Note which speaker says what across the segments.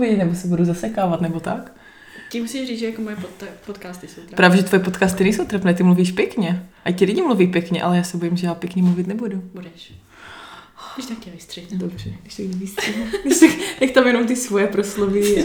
Speaker 1: mluvit, nebo se budu zasekávat, nebo tak.
Speaker 2: Ti musíš říct, že jako moje podcasty jsou trapné.
Speaker 1: Právě, že tvoje podcasty nejsou trapné, ty mluvíš pěkně. A ti lidi mluví pěkně, ale já se bojím, že já pěkně mluvit nebudu.
Speaker 2: Budeš. Když tak tě vystřihnu.
Speaker 1: Dobře, když tak vystřihnu. Jak tam jenom ty svoje prosloví.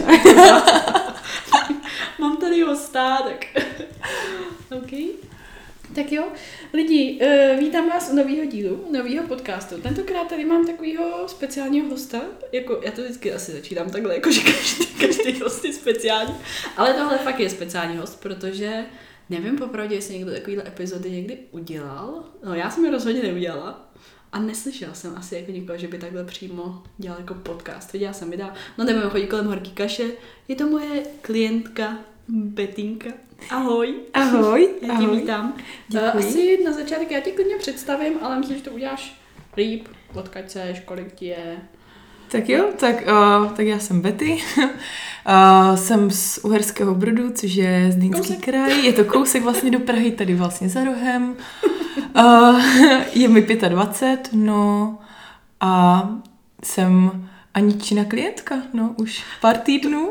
Speaker 2: Mám tady hosta, tak... OK. Tak jo, lidi, vítám vás u nového dílu, nového podcastu. Tentokrát tady mám takového speciálního hosta, jako já to vždycky asi začínám takhle, jakože každý host je speciální, ale tohle fakt je speciální host, protože nevím popravdě, jestli někdo takovýhle epizody někdy udělal. No já jsem je rozhodně neudělala a neslyšela jsem asi jako někoho, že by takhle přímo dělal jako podcast. Viděla jsem videa, no nebudeme chodit kolem horký kaše, je to moje klientka Betinka. Ahoj.
Speaker 1: Ahoj.
Speaker 2: Já tě vítám. Asi na začátek já tě klidně představím, ale myslím, že to uděláš líp, odkud seš, kolik ti je.
Speaker 1: Tak jo, tak já jsem Betty. Jsem z Uherského Brodu, což je Zlínský kraj. Je to kousek vlastně do Prahy, tady vlastně za rohem. Je mi 25, no a jsem Aničina klientka, no už pár týdnů.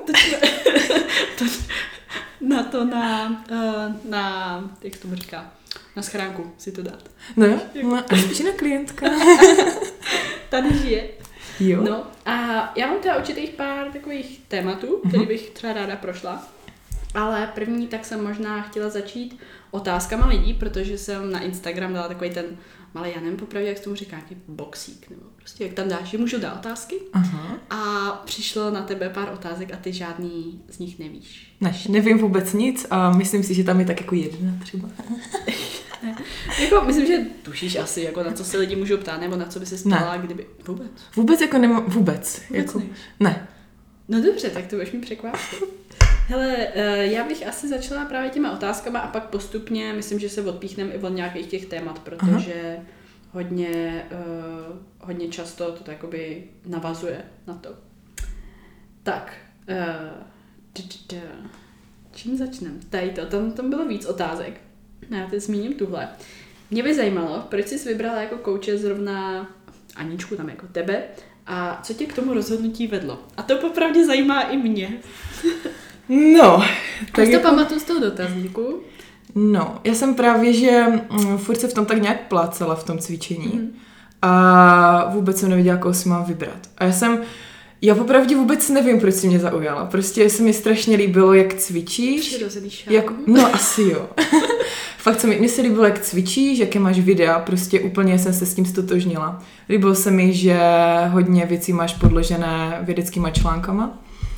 Speaker 2: Na jak to říká, na schránku si to dát.
Speaker 1: No jo, Aničina klientka.
Speaker 2: Tady žije.
Speaker 1: Jo.
Speaker 2: No a já mám teda určitých pár takových tématů, který bych třeba ráda prošla. Ale první tak jsem možná chtěla začít otázkama lidí, protože jsem na Instagram dala takový ten malý, já nevím popravdě, jak se tomu říká, nějaký boxík, nebo prostě jak tam dáš, že můžu dát otázky.
Speaker 1: Aha.
Speaker 2: A přišlo na tebe pár otázek a ty žádný z nich nevíš.
Speaker 1: Nevím vůbec nic a myslím si, že tam je tak jako jedna třeba.
Speaker 2: Jako, myslím, že tušíš asi, jako na co se lidi můžou ptát, nebo na co by se stala, kdyby... Vůbec?
Speaker 1: Vůbec jako nemám, vůbec jako,
Speaker 2: nevíš?
Speaker 1: Ne.
Speaker 2: No dobře, tak to budeš mi překvapit. Hele, já bych asi začala právě těma otázkama a pak postupně, myslím, že se odpíchneme i od nějakých těch témat, protože hodně často to takoby navazuje na to. Tak, čím začneme? Tady to, tam bylo víc otázek. Já teď zmíním tuhle. Mě by zajímalo, proč jsi vybrala jako kouče zrovna Aničku, tam jako tebe, a co tě k tomu rozhodnutí vedlo? A to popravdě zajímá i mě.
Speaker 1: No, tak
Speaker 2: to
Speaker 1: jako...
Speaker 2: pamatuju z toho dotazníku.
Speaker 1: No, já jsem právě, že furt se v tom tak nějak plácala v tom cvičení a vůbec jsem nevěděla, koho si mám vybrat. A já popravdě vůbec nevím, proč si mě zaujala. Prostě se mi strašně líbilo, jak cvičíš. No, asi jo. Fakt mně se líbilo, jak cvičíš, jaké máš videa, prostě úplně jsem se s tím stotožnila. Líbilo se mi, že hodně věcí máš podložené vědeckýma článkama.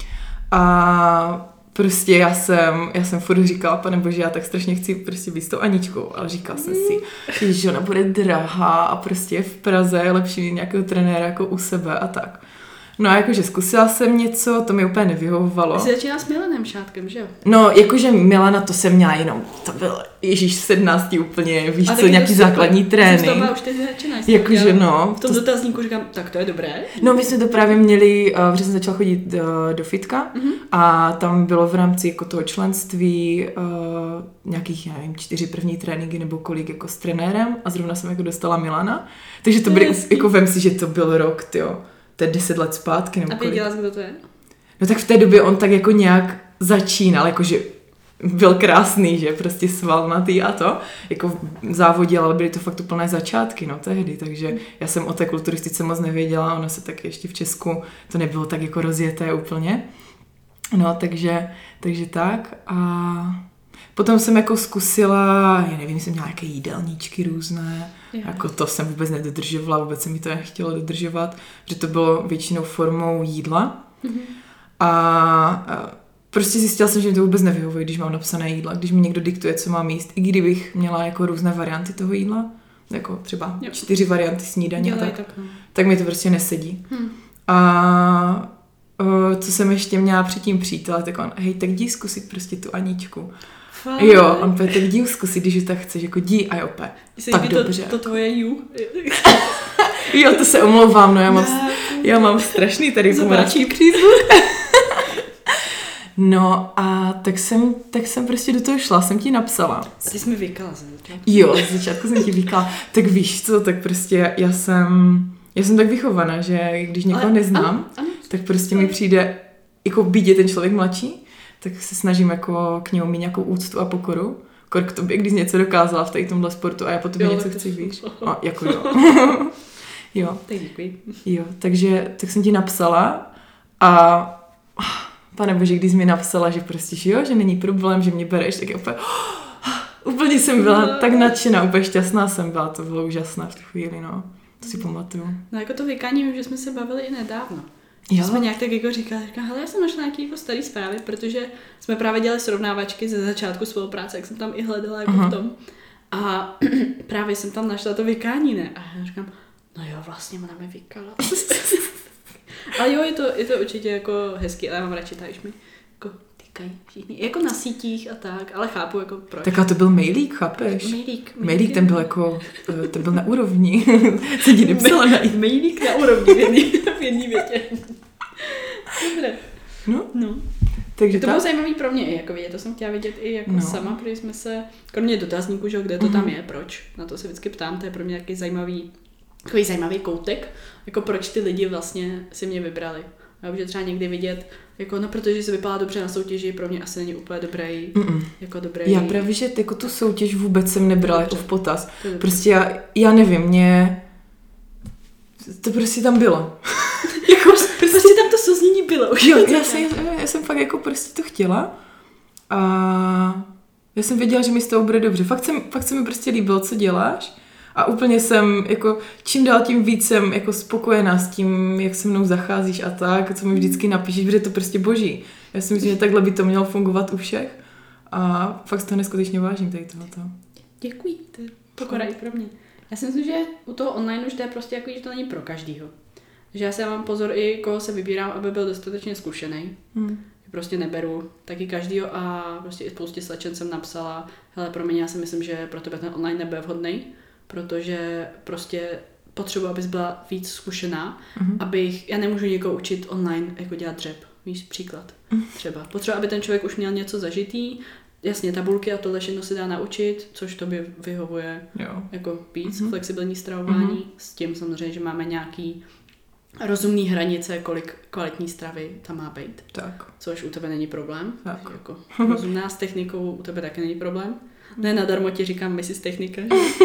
Speaker 1: A prostě já jsem furt říkala, panebože, já tak strašně chci prostě být s tou Aničkou, ale říkala jsem si, že ona bude drahá a prostě v Praze je lepší mít nějakého trenéra jako u sebe a tak. No a jakože zkusila jsem něco, to mi úplně nevyhovovalo.
Speaker 2: Jsi začínala s Milanem Šátkem, že jo?
Speaker 1: No, jakože Milana to jsem měla jenom, to byl Ježíš 17 úplně, víš co, nějaký základní trénink.
Speaker 2: Jsem už teď začíná.
Speaker 1: Jakože no.
Speaker 2: V tom dotazníku říkám, tak to je dobré.
Speaker 1: No, my jsme to právě měli, protože jsem začala chodit do fitka a tam bylo v rámci jako toho členství nějakých, já nevím, 4 první tréninky nebo kolik jako s trenérem a zrovna jsem jako dostala Milana. Takže to byly, jako vem si, že to byl rok, tyjo. To je 10 let zpátky. Nebo
Speaker 2: a věděla jsi, kdo to je?
Speaker 1: No tak v té době on tak jako nějak začínal, jakože byl krásný, že prostě svalnatý a to, jako závodil, ale byly to fakt úplné začátky, no tehdy, takže já jsem o té kulturistice moc nevěděla, ona se tak ještě v Česku, to nebylo tak jako rozjeté úplně, no takže tak a potom jsem jako zkusila, já nevím, jsem měla nějaké jídelníčky různé, jako to jsem vůbec nedodržovala, vůbec se mi to nechtělo dodržovat, že to bylo většinou formou jídla a prostě zjistila jsem, že mi to vůbec nevyhovuje, když mám napsané jídla, když mi někdo diktuje, co mám jíst, i kdybych měla jako různé varianty toho jídla, jako třeba 4 varianty snídaně, tak mi to prostě nesedí. A co jsem ještě měla předtím přítele, tak on, hej, tak jdi zkusit prostě tu Aničku. Jo, on půjde, tak jdi zkusit, když už tak chceš, jako jdi a opět. Tak dobře.
Speaker 2: To tvoje jú.
Speaker 1: Jo, to se omlouvám, no já mám strašný tady pomračný přízvuk. No a tak jsem prostě do toho šla, jsem ti napsala.
Speaker 2: Jsi mi vykala ze začátku.
Speaker 1: Jo, ze začátku jsem ti vykala. Tak víš co, tak prostě já jsem tak vychovaná, že když někoho neznám, tak prostě mi přijde jako být je ten člověk mladší, tak se snažím jako k němu mít nějakou úctu a pokoru. K tobě, když jsi něco dokázala v tady tomhle sportu a já po tobě něco chci, víš. A jako jo. Jo.
Speaker 2: Tak děkuji.
Speaker 1: Jo, takže tak jsem ti napsala a pane bože, když jsi mi napsala, že prostě, že jo, že není problém, že mě bereš, tak úplně jsem byla tak nadšená, úplně šťastná jsem byla, to bylo úžasné v tu chvíli, no. To si pamatuju.
Speaker 2: No jako to vykání, že jsme se bavili i nedávno.
Speaker 1: Jo.
Speaker 2: Jsme nějak tak jako říkala, hele, já jsem našla nějaké jako staré zprávy, protože jsme právě dělali srovnávačky ze začátku spolupráce, jak jsem tam i hledala jako v tom. A právě jsem tam našla to vykání, ne? A já říkám, no jo, vlastně ona mi vykala. Ale jo, je to určitě jako hezký, ale já mám radši tak, když mi jako týkají všichni. Jako na sítích a tak, ale chápu jako proč.
Speaker 1: Tak a to byl mailík, chápeš? Mailík ten byl jako, ten byl na úrovni. Co ti nepsala na
Speaker 2: mailík na úrovni v jedné větě. Dobré. No.
Speaker 1: Takže
Speaker 2: to bylo zajímavý pro mě i, jako vidět, to jsem chtěla vidět i jako sama, protože jsme se, kromě dotazníku, že kde to tam je, proč, na to se vždycky ptám, to je pro mě takový zajímavý koutek, jako proč ty lidi vlastně si mě vybrali. Že třeba někdy vidět, jako no protože se vypadá dobře na soutěži, pro mě asi není úplně dobrý.
Speaker 1: Já právě, že jako tu soutěž vůbec jsem nebrala jako v potaz. Prostě já nevím, mě to prostě tam bylo.
Speaker 2: Jako, prostě tam to souznění bylo.
Speaker 1: Jo, já jsem fakt jako prostě to chtěla a já jsem věděla, že mi z toho bude dobře. Fakt se mi prostě líbilo, co děláš. A úplně jsem, jako, čím dál tím víc jsem jako spokojená s tím, jak se mnou zacházíš a tak, co mi vždycky napíšeš, protože je to prostě boží. Já si myslím, že takhle by to mělo fungovat u všech. A fakt z toho neskutečně vážím tady tohoto.
Speaker 2: Děkuji, to je pokora i pro mě. Já si myslím, že u toho online už to je prostě jako, že to není pro každýho. Že já se mám pozor i, koho se vybírám, aby byl dostatečně zkušený. Prostě neberu taky každýho a prostě i spoustě slečen jsem napsala, hele, pro mě já si myslím, že pro tebe ten online nebude vhodný, protože prostě potřebuji, abys byla víc zkušená, já nemůžu někoho učit online jako dělat dřep, víš, příklad třeba. Potřebuji, aby ten člověk už měl něco zažitý, jasně tabulky a tohle všechno se dá naučit, což tobě vyhovuje jako víc, flexibilní stravování, s tím samozřejmě, že máme nějaký rozumný hranice, kolik kvalitní stravy tam má být.
Speaker 1: Tak.
Speaker 2: Což u tebe není problém. Jako rozumná s technikou u tebe taky není problém. Ne nadarmo ti říkám Mrs. Technika.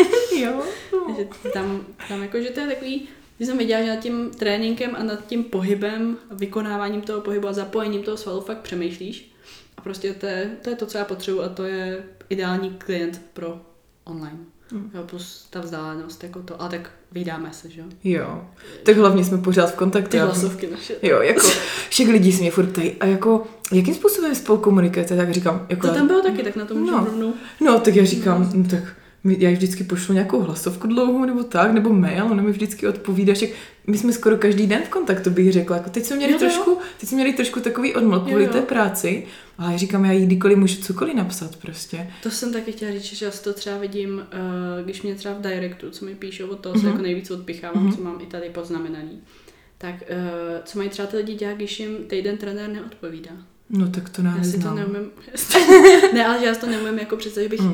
Speaker 1: Jo.
Speaker 2: Takže tam jako, že to je takový, že jsem viděla, že nad tím tréninkem a nad tím pohybem, vykonáváním toho pohybu a zapojením toho svalu fakt přemýšlíš. A prostě to je to, co já potřebuji a to je ideální klient pro online. Jo, plus ta vzdálenost, jako to, ale tak vydáme se, že jo?
Speaker 1: Jo, tak hlavně jsme pořád v kontaktu.
Speaker 2: Ty hlasovky naše.
Speaker 1: Jo, jako všech lidí se mě furt ptají, a jako, jakým způsobem spolu komunikujete, tak říkám, jako...
Speaker 2: To tam bylo taky, tak na to můžu rovnou.
Speaker 1: No, tak já říkám, tak já vždycky pošlu nějakou hlasovku dlouhou, nebo tak, nebo mail, ona mi vždycky odpovídá, že my jsme skoro každý den v kontaktu, bych řekla, jako teď jsme měli trošku takový odmlk kvůli té práci, ale já říkám, já jí kdykoliv můžu cokoliv napsat prostě.
Speaker 2: To jsem taky chtěla říct, že často třeba vidím, když mě třeba v directu, co mi píšou, od toho se jako nejvíc odpichávám, co mám i tady poznamenaný. Tak co mají třeba ty lidi dělat, když jim týden trenér neodpovídá?
Speaker 1: No tak to neznám.
Speaker 2: Já si to neumím. Ne, ale že já si to neumím jako představit, bych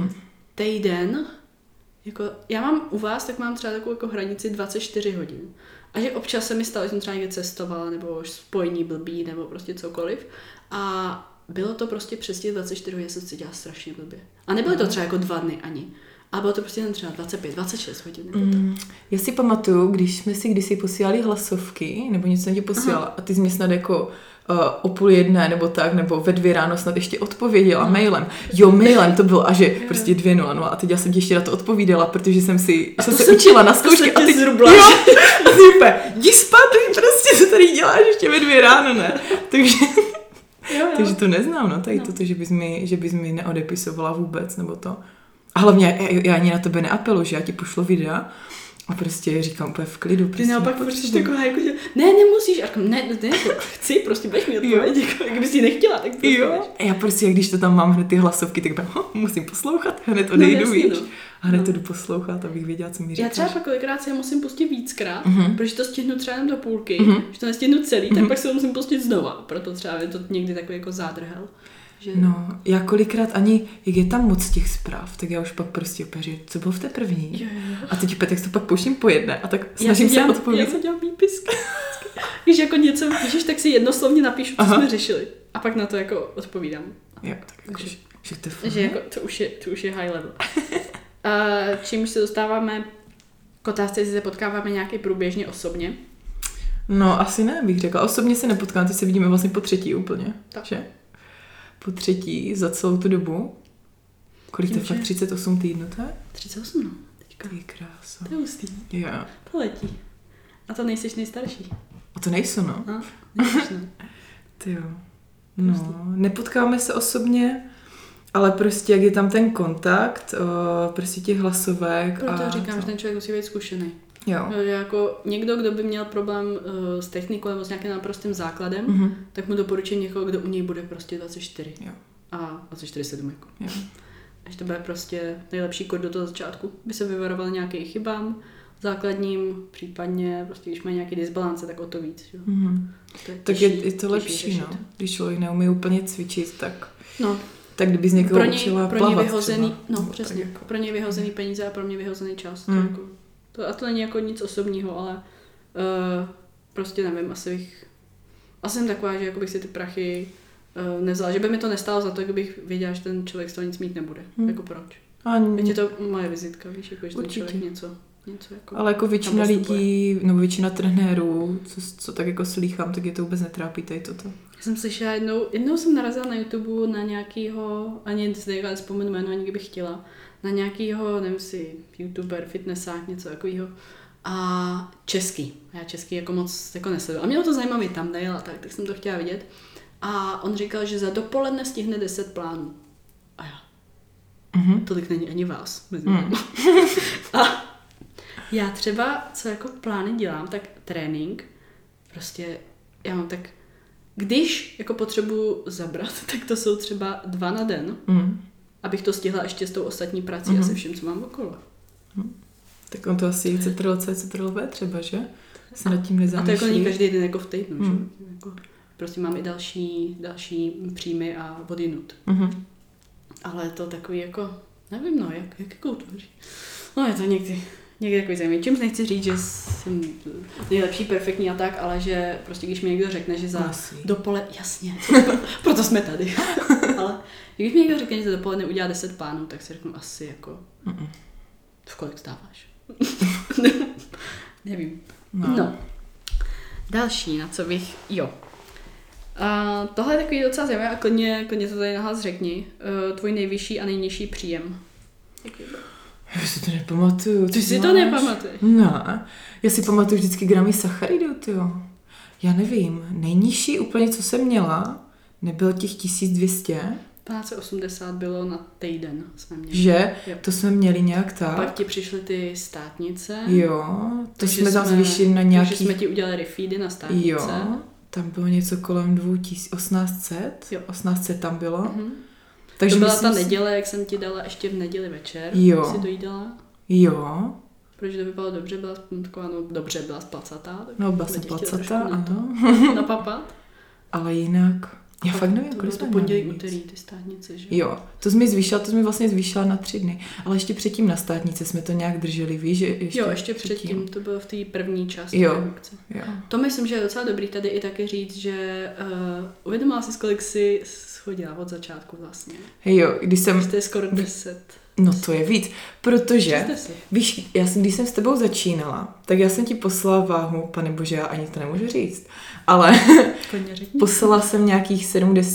Speaker 2: týden, jako já mám u vás, tak mám třeba takovou jako hranici 24 hodin. A že občas se mi stalo, že jsem třeba někde cestovala, nebo spojení blbý, nebo prostě cokoliv. A bylo to prostě přes těch 24 hodin, jsem si dělala strašně blbě. A nebyly to třeba jako 2 dny ani. A bylo to prostě jen třeba 25, 26 hodin.
Speaker 1: Já si pamatuju, když jsme si kdysi posílali hlasovky, nebo něco jsem ti posílala, a ty jsi mě snad jako o 12:30 nebo tak, nebo ve 2 ráno snad ještě odpověděla mailem. Jo, mailem to bylo, a že prostě 2:00, a teď já jsem ti ještě na to odpovídala, protože jsem se učila na zkoušky a teď
Speaker 2: zrubla.
Speaker 1: Jdi spát, prostě co tady děláš ještě ve 2 ráno, ne? Takže to neznám, no, tady toto, že bys mi neodepisovala vůbec, nebo to. A hlavně já ani na tebe neapeluji, že já ti pošlu videa a prostě říkám úplně v klidu.
Speaker 2: Ty naopak prostě taková jako, že ne, nemusíš, a ne, chci, prostě budeš mi odpovědět, jako, kdyby jsi nechtěla, tak prostě
Speaker 1: jo. Já prostě, když to tam mám hned ty hlasovky, tak musím poslouchat, hned odejdu, víš. No. A hned to jdu poslouchat, abych věděla, co mi říkáš.
Speaker 2: Já třeba pak kolikrát se musím pustit víckrát, protože to stihnu třeba jen do půlky, že to nestihnu celý, tak pak se to musím pustit znova, proto třeba je to někdy takový jako zádrhel. Že...
Speaker 1: No, já kolikrát ani, jak je tam moc těch zpráv, tak já už pak prostě opeřu, co bylo v té první.
Speaker 2: Jo.
Speaker 1: A teď tak to pak pouštím po jedné a tak snažím se odpovědět.
Speaker 2: Já jsem dělám výpisky. Když jako něco píšeš, tak si jednoslovně napíšu, co jsme řešili. A pak na to jako odpovídám.
Speaker 1: Jo, tak jako,
Speaker 2: že jako to už je high level. Čímž se dostáváme k otázce, jestli se potkáváme nějaký průběžně osobně.
Speaker 1: No, asi ne, bych řekla. Osobně se nepotkáme, teď se vidíme vlastně po třetí úplně.
Speaker 2: Tak.
Speaker 1: Že? Po třetí za celou tu dobu. Kolik to je fakt? 38 týdnů, to je?
Speaker 2: 38, no. Teďka.
Speaker 1: Ty krása.
Speaker 2: To je hustý.
Speaker 1: Jo.
Speaker 2: To letí. A to nejseš nejstarší.
Speaker 1: A to nejsou, no.
Speaker 2: No, nejseš, no.
Speaker 1: Ty jo. No, nepotkáme se osobně, ale prostě jak je tam ten kontakt, prostě těch hlasovek.
Speaker 2: Proto říkám, že ten člověk musí být zkušený.
Speaker 1: Jo.
Speaker 2: Že jako někdo, kdo by měl problém s technikou nebo s nějakým naprostým základem, tak mu doporučím někoho, kdo u něj bude prostě 24.
Speaker 1: Jo.
Speaker 2: A 24/7 jako.
Speaker 1: Jo.
Speaker 2: Až to bude prostě nejlepší kód do toho začátku. By se vyvaroval nějakým chybám základním, případně prostě když má nějaký disbalance, tak o to víc. Že?
Speaker 1: Tak je to lepší, no. Když člověk neumí úplně cvičit, tak...
Speaker 2: No.
Speaker 1: Tak kdyby z někoho učila plavat
Speaker 2: vyhozený,
Speaker 1: třeba.
Speaker 2: no přesně,
Speaker 1: jako.
Speaker 2: pro ně vyhozený peníze a pro mě vyhozený čas. To není jako nic osobního, ale prostě nevím, asi jsem taková, že jako bych si ty prachy nevzala, že by mi to nestálo za to, kdybych věděla, že ten člověk z toho nic mít nebude. Jako proč? Teď je to moje vizitka, víš, jako, že ten člověk něco jako...
Speaker 1: Ale jako většina lidí, nebo většina trenérů, co tak jako slýchám, tak je to vůbec netrápí tady toto.
Speaker 2: Já jsem slyšela jednou jsem narazila na YouTube na nějakýho, ani si nevzpomenu jméno, ani kdybych chtěla, na nějakýho, nevím si, youtuber, fitnessák, něco takového. A český. Já český jako moc jako nesleduju. A mělo to zajímavý thumbnail a tak jsem to chtěla vidět. A on říkal, že za dopoledne stihne 10 plánů. A já. Tolik není ani vás. A já třeba, co jako plány dělám, tak trénink, prostě já mám tak, když jako potřebuji zabrat, tak to jsou třeba 2 na den, abych to stihla ještě s tou ostatní prací a se vším, co mám okolo.
Speaker 1: Tak on to asi CTRL-V třeba, že? Se nad tím nezamýšlí.
Speaker 2: A to jako není každý den jako v týdnu, že? Jako, prostě mám i další příjmy a odinut. Ale to takový jako, nevím no, jak jako utvoří. No je to někdy takový zajímavý. Čímž nechci říct, že jsem nejlepší, perfektní a tak, ale že prostě když mi někdo řekne, že za dopoledne, jasně, proto jsme tady. Ale když mi někdo řekne, že za dopoledne udělá 10 plánů, tak si řeknu asi jako, v kolik stáváš? Nevím. No. Další, na co bych, tohle je takový docela zajímavé a klidně to tady nahlas řekni. Tvůj nejvyšší a nejnižší příjem.
Speaker 1: Já si to nepamatuju.
Speaker 2: Ty si to nepamatuješ?
Speaker 1: Ne. Já si pamatuju vždycky gramy sacharidů, tyjo. Já nevím. Nejnižší úplně, co jsem měla, nebylo těch 1200.
Speaker 2: 1280 bylo na týden jsme měli.
Speaker 1: Že?
Speaker 2: Jo.
Speaker 1: To jsme měli nějak tak.
Speaker 2: Pak ti přišly ty státnice.
Speaker 1: Jo. To jsme tam zvýšili na nějaký...
Speaker 2: Takže jsme ti udělali refeedy na státnice.
Speaker 1: Jo. Tam bylo něco kolem 1800. Jo. 1800 tam bylo. Takže
Speaker 2: to byla ta neděle, jak jsem ti dala ještě v neděli večer.
Speaker 1: Jo.
Speaker 2: Jsi dojídala?
Speaker 1: Jo.
Speaker 2: Protože to vypadalo dobře, byla taková, byla splacatá.
Speaker 1: No, byla jsem placatá, ano.
Speaker 2: Napapat.
Speaker 1: Ale jinak... Já fakt nevím,
Speaker 2: kolik jsme pondělí, úterý, ty státnice, že?
Speaker 1: Jo, to jsi mi vlastně zvýšila na 3 dny. Ale ještě předtím na státnice jsme to nějak drželi, víš? Že
Speaker 2: ještě předtím, to bylo v té první části redukce.
Speaker 1: Jo.
Speaker 2: To myslím, že je docela dobrý tady i taky říct, že uvědomila jsi, kolik jsi schodila od začátku vlastně.
Speaker 1: Jo, když jsem...
Speaker 2: To je skoro 10.
Speaker 1: No to je víc, protože, víš, když jsem s tebou začínala, tak já jsem ti poslala váhu, pane bože, já ani to nemůžu říct, ale poslala jsem nějakých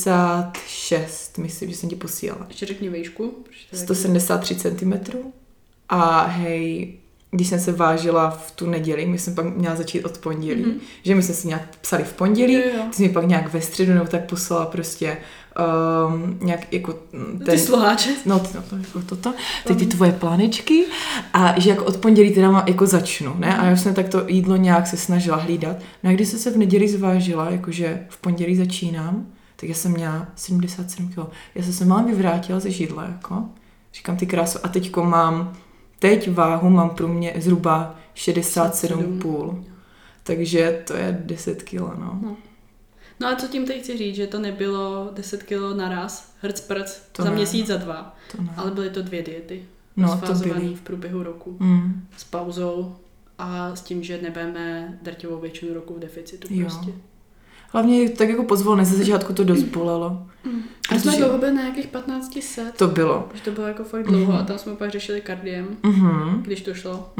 Speaker 1: 76, myslím, že jsem ti posílala.
Speaker 2: Ještě řekni výšku.
Speaker 1: 173 cm a hej, když jsem se vážila v tu neděli, my jsme pak měla začít od pondělí, že my jsme si nějak psali v pondělí, ty jsi mi pak nějak ve středu nebo tak poslala prostě nějak jako
Speaker 2: ty sloháče.
Speaker 1: No jako toto, teď ty tvoje plánečky a že jako od pondělí teda jako začnu, ne? A já jsem tak to jídlo nějak se snažila hlídat. No a když jsem se v neděli zvážila, jakože v pondělí začínám, tak já jsem měla 77 kg. Já jsem se málem vyvrátila ze židle, jako. Říkám ty krásu. A teďko mám váhu mám pro mě zhruba 67,5. Takže to je 10 kg, no.
Speaker 2: No a co tím teď chci říct, že to nebylo 10 kg naraz, hrc-prc, za měsíc, za 2, ale byly to 2 diety.
Speaker 1: No, to byly
Speaker 2: v průběhu roku. S pauzou a s tím, že nebudeme drtivou většinu roku v deficitu prostě.
Speaker 1: Hlavně tak jako pozvolné, ze začátku to dost bolelo.
Speaker 2: A jsme dlouho byli na nějakých 1500.
Speaker 1: To bylo.
Speaker 2: Že to bylo jako fakt dlouho a tam jsme pak řešili kardiem, když to šlo.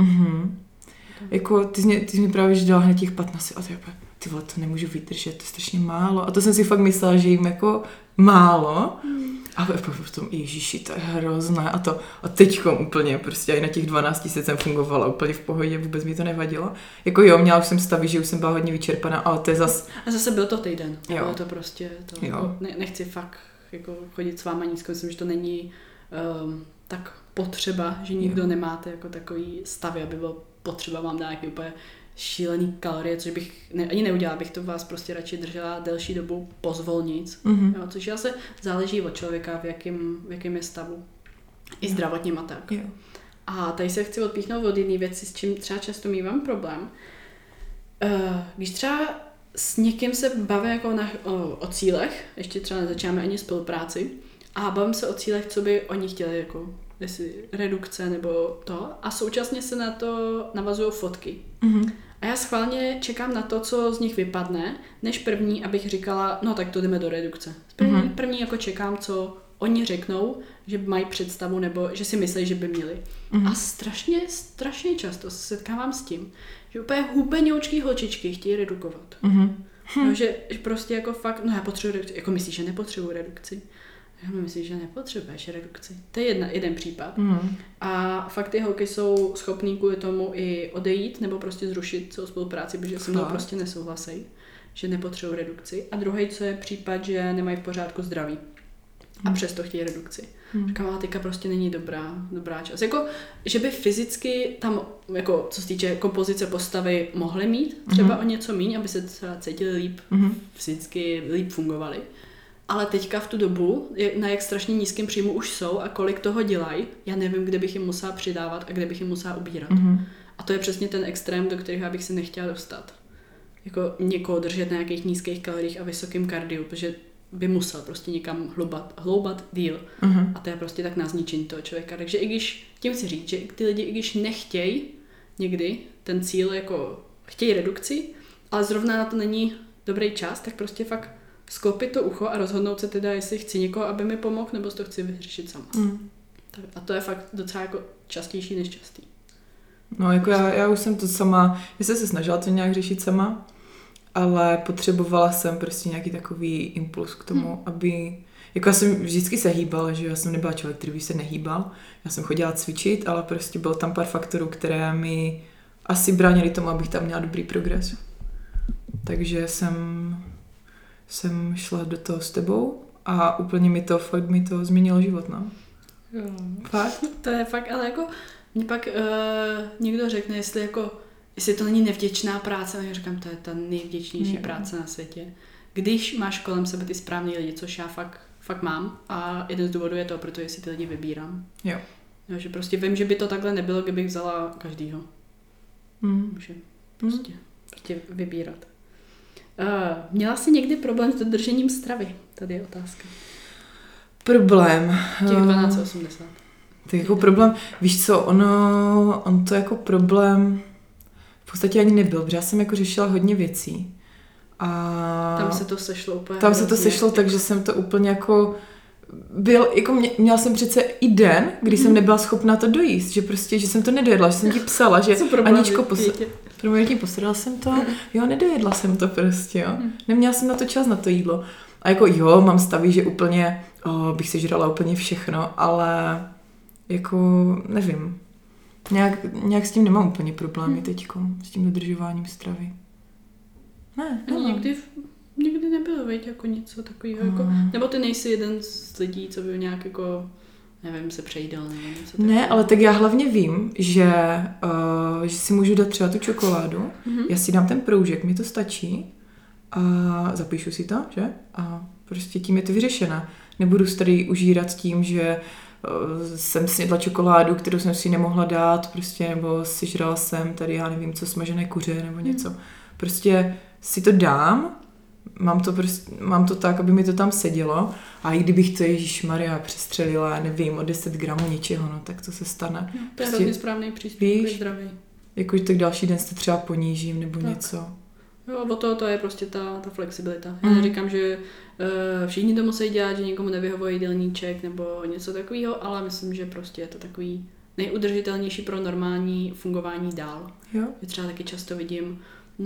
Speaker 1: Jako ty jsi mi právě dala hned těch 15 a ty vole, to nemůžu vydržet, to je strašně málo. A to jsem si fakt myslela, že jim jako málo. A potom, ježiši, to je hrozné. A teďkom úplně prostě i na těch 12 jsem fungovala úplně v pohodě, vůbec mi to nevadilo. Jako jo, měla už jsem stavy, že už jsem byla hodně vyčerpaná, ale to je zas...
Speaker 2: A zase byl to týden.
Speaker 1: Jo.
Speaker 2: Bylo to prostě, jako, nechci fakt jako chodit s váma nízko, myslím, že to není tak potřeba, že nikdo nemáte jako takový stavy, aby bylo potřeba vám dát nějaký úplně šílený kalorie, což bych ani neudělala, bych to vás prostě radši držela delší dobu pozvolnic, jo, což zase záleží od člověka, v jakém je stavu. I zdravotním a tak.
Speaker 1: Jo.
Speaker 2: A tady se chci odpíchnout od jedné věci, s čím třeba často mívám problém. Když třeba s někým se bavím jako o cílech, ještě třeba nezačínáme ani spolupráci, a bavím se o cílech, co by oni chtěli, jako jestli redukce nebo to, a současně se na to navazují fotky. A já schválně čekám na to, co z nich vypadne, než první, abych říkala, no tak to jdeme do redukce. První jako čekám, co oni řeknou, že mají představu nebo že si myslí, že by měli. A strašně často se setkávám s tím, že úplně hubeňoučký holčičky chtějí redukovat. No, že prostě jako fakt, no já potřebuji redukci, jako myslíš, že nepotřebuji redukci? Já myslím, že nepotřebuješ redukci. To je jeden případ. A fakt ty holky jsou schopný kvůli tomu i odejít nebo prostě zrušit celou spolupráci, protože se mnou prostě nesouhlasí, že nepotřebují redukci. A druhý, co je případ, že nemají v pořádku zdraví. A přesto chtějí redukci. Říkám, teďka prostě není dobrá čas. Jako, že by fyzicky tam, jako, co se týče kompozice postavy, mohly mít třeba o něco míň, aby se třeba cítili líp, fyzicky líp fungovali. Ale teďka v tu dobu, na jak strašně nízkém příjmu už jsou a kolik toho dělají, já nevím, kde bych jim musela přidávat a kde bych jim musela ubírat. A to je přesně ten extrém, do kterého bych se nechtěla dostat. Jako někoho držet na nějakých nízkých kaloriích a vysokým kardiu, protože by musel prostě někam hloubat díl. A to je prostě tak na zničení toho člověka. Takže i když, tím chci říct, že ty lidi, i když nechtějí někdy ten cíl, jako chtějí redukci, ale zrovna na to není dobrý čas, tak prostě fakt sklopit to ucho a rozhodnout se teda, jestli chci někoho, aby mi pomohl, nebo si to chci vyřešit sama. A to je fakt docela jako častější než častý.
Speaker 1: No jako já už jsem to sama, já jsem se snažila to nějak řešit sama, ale potřebovala jsem prostě nějaký takový impuls k tomu, aby, jako já jsem vždycky se hýbala, že já jsem nebyla člověk, který by se nehýbal, já jsem chodila cvičit, ale prostě bylo tam pár faktorů, které mi asi bránily tomu, abych tam měla dobrý progres. Takže jsem šla do toho s tebou a úplně mi to změnilo život, no.
Speaker 2: Jo. Fakt? To je fakt, ale jako mě pak někdo řekne, jestli to není nevděčná práce, a já říkám, to je ta nejvděčnější práce na světě. Když máš kolem sebe ty správný lidi, což já fakt mám, a jeden z důvodů je to, protože si ty lidi vybírám.
Speaker 1: Jo.
Speaker 2: No, že prostě vím, že by to takhle nebylo, kdybych vzala každýho. Může prostě vybírat. Měla jsi někdy problém s dodržením stravy? Tady je otázka.
Speaker 1: Problém.
Speaker 2: Těch 12,80.
Speaker 1: Tak jako problém, víš co, on to jako problém v podstatě ani nebyl, protože já jsem jako řešila hodně věcí. A
Speaker 2: tam se to sešlo úplně.
Speaker 1: Tam se to sešlo, takže jsem to úplně jako měla jsem přece i den, kdy jsem nebyla schopná to dojíst, že prostě, že jsem to nedojedla, že jsem ti psala, že Aničko, posrala jsem to, jo, nedojedla jsem to prostě, jo. Neměla jsem na to čas, na to jídlo. A jako jo, mám stavy, že úplně bych sežrala úplně všechno, ale jako nevím. Nějak s tím nemám úplně problémy teďko, s tím dodržováním stravy. Ne.
Speaker 2: Nikdy nebylo, veď, jako něco takového, jako, nebo ty nejsi jeden z lidí, co by nějak jako, nevím, se přejídal, nebo něco takového.
Speaker 1: Ne, ale tak já hlavně vím, že si můžu dát třeba tu čokoládu, já si dám ten proužek, mi to stačí a zapíšu si to, že? A prostě tím je to vyřešené. Nebudu se tady užírat tím, že jsem snědla čokoládu, kterou jsem si nemohla dát, prostě, nebo si žrala jsem tady, já nevím, co, smažené kuře nebo něco. Prostě si to dám, mám to tak, aby mi to tam sedělo, a i kdybych to ježišmarja přestřelila, nevím, o 10 gramů něčeho, no tak co se stane.
Speaker 2: To je hrozně správný přístup, je zdravý.
Speaker 1: Jakože tak další den se třeba ponížím nebo
Speaker 2: tak.
Speaker 1: něco.
Speaker 2: Jo, to je prostě ta flexibilita. Já neříkám, že všichni to musí dělat, že někomu nevyhovuje jídelníček nebo něco takového, ale myslím, že prostě je to takový nejudržitelnější pro normální fungování dál.
Speaker 1: Jo.
Speaker 2: Já třeba taky často vidím,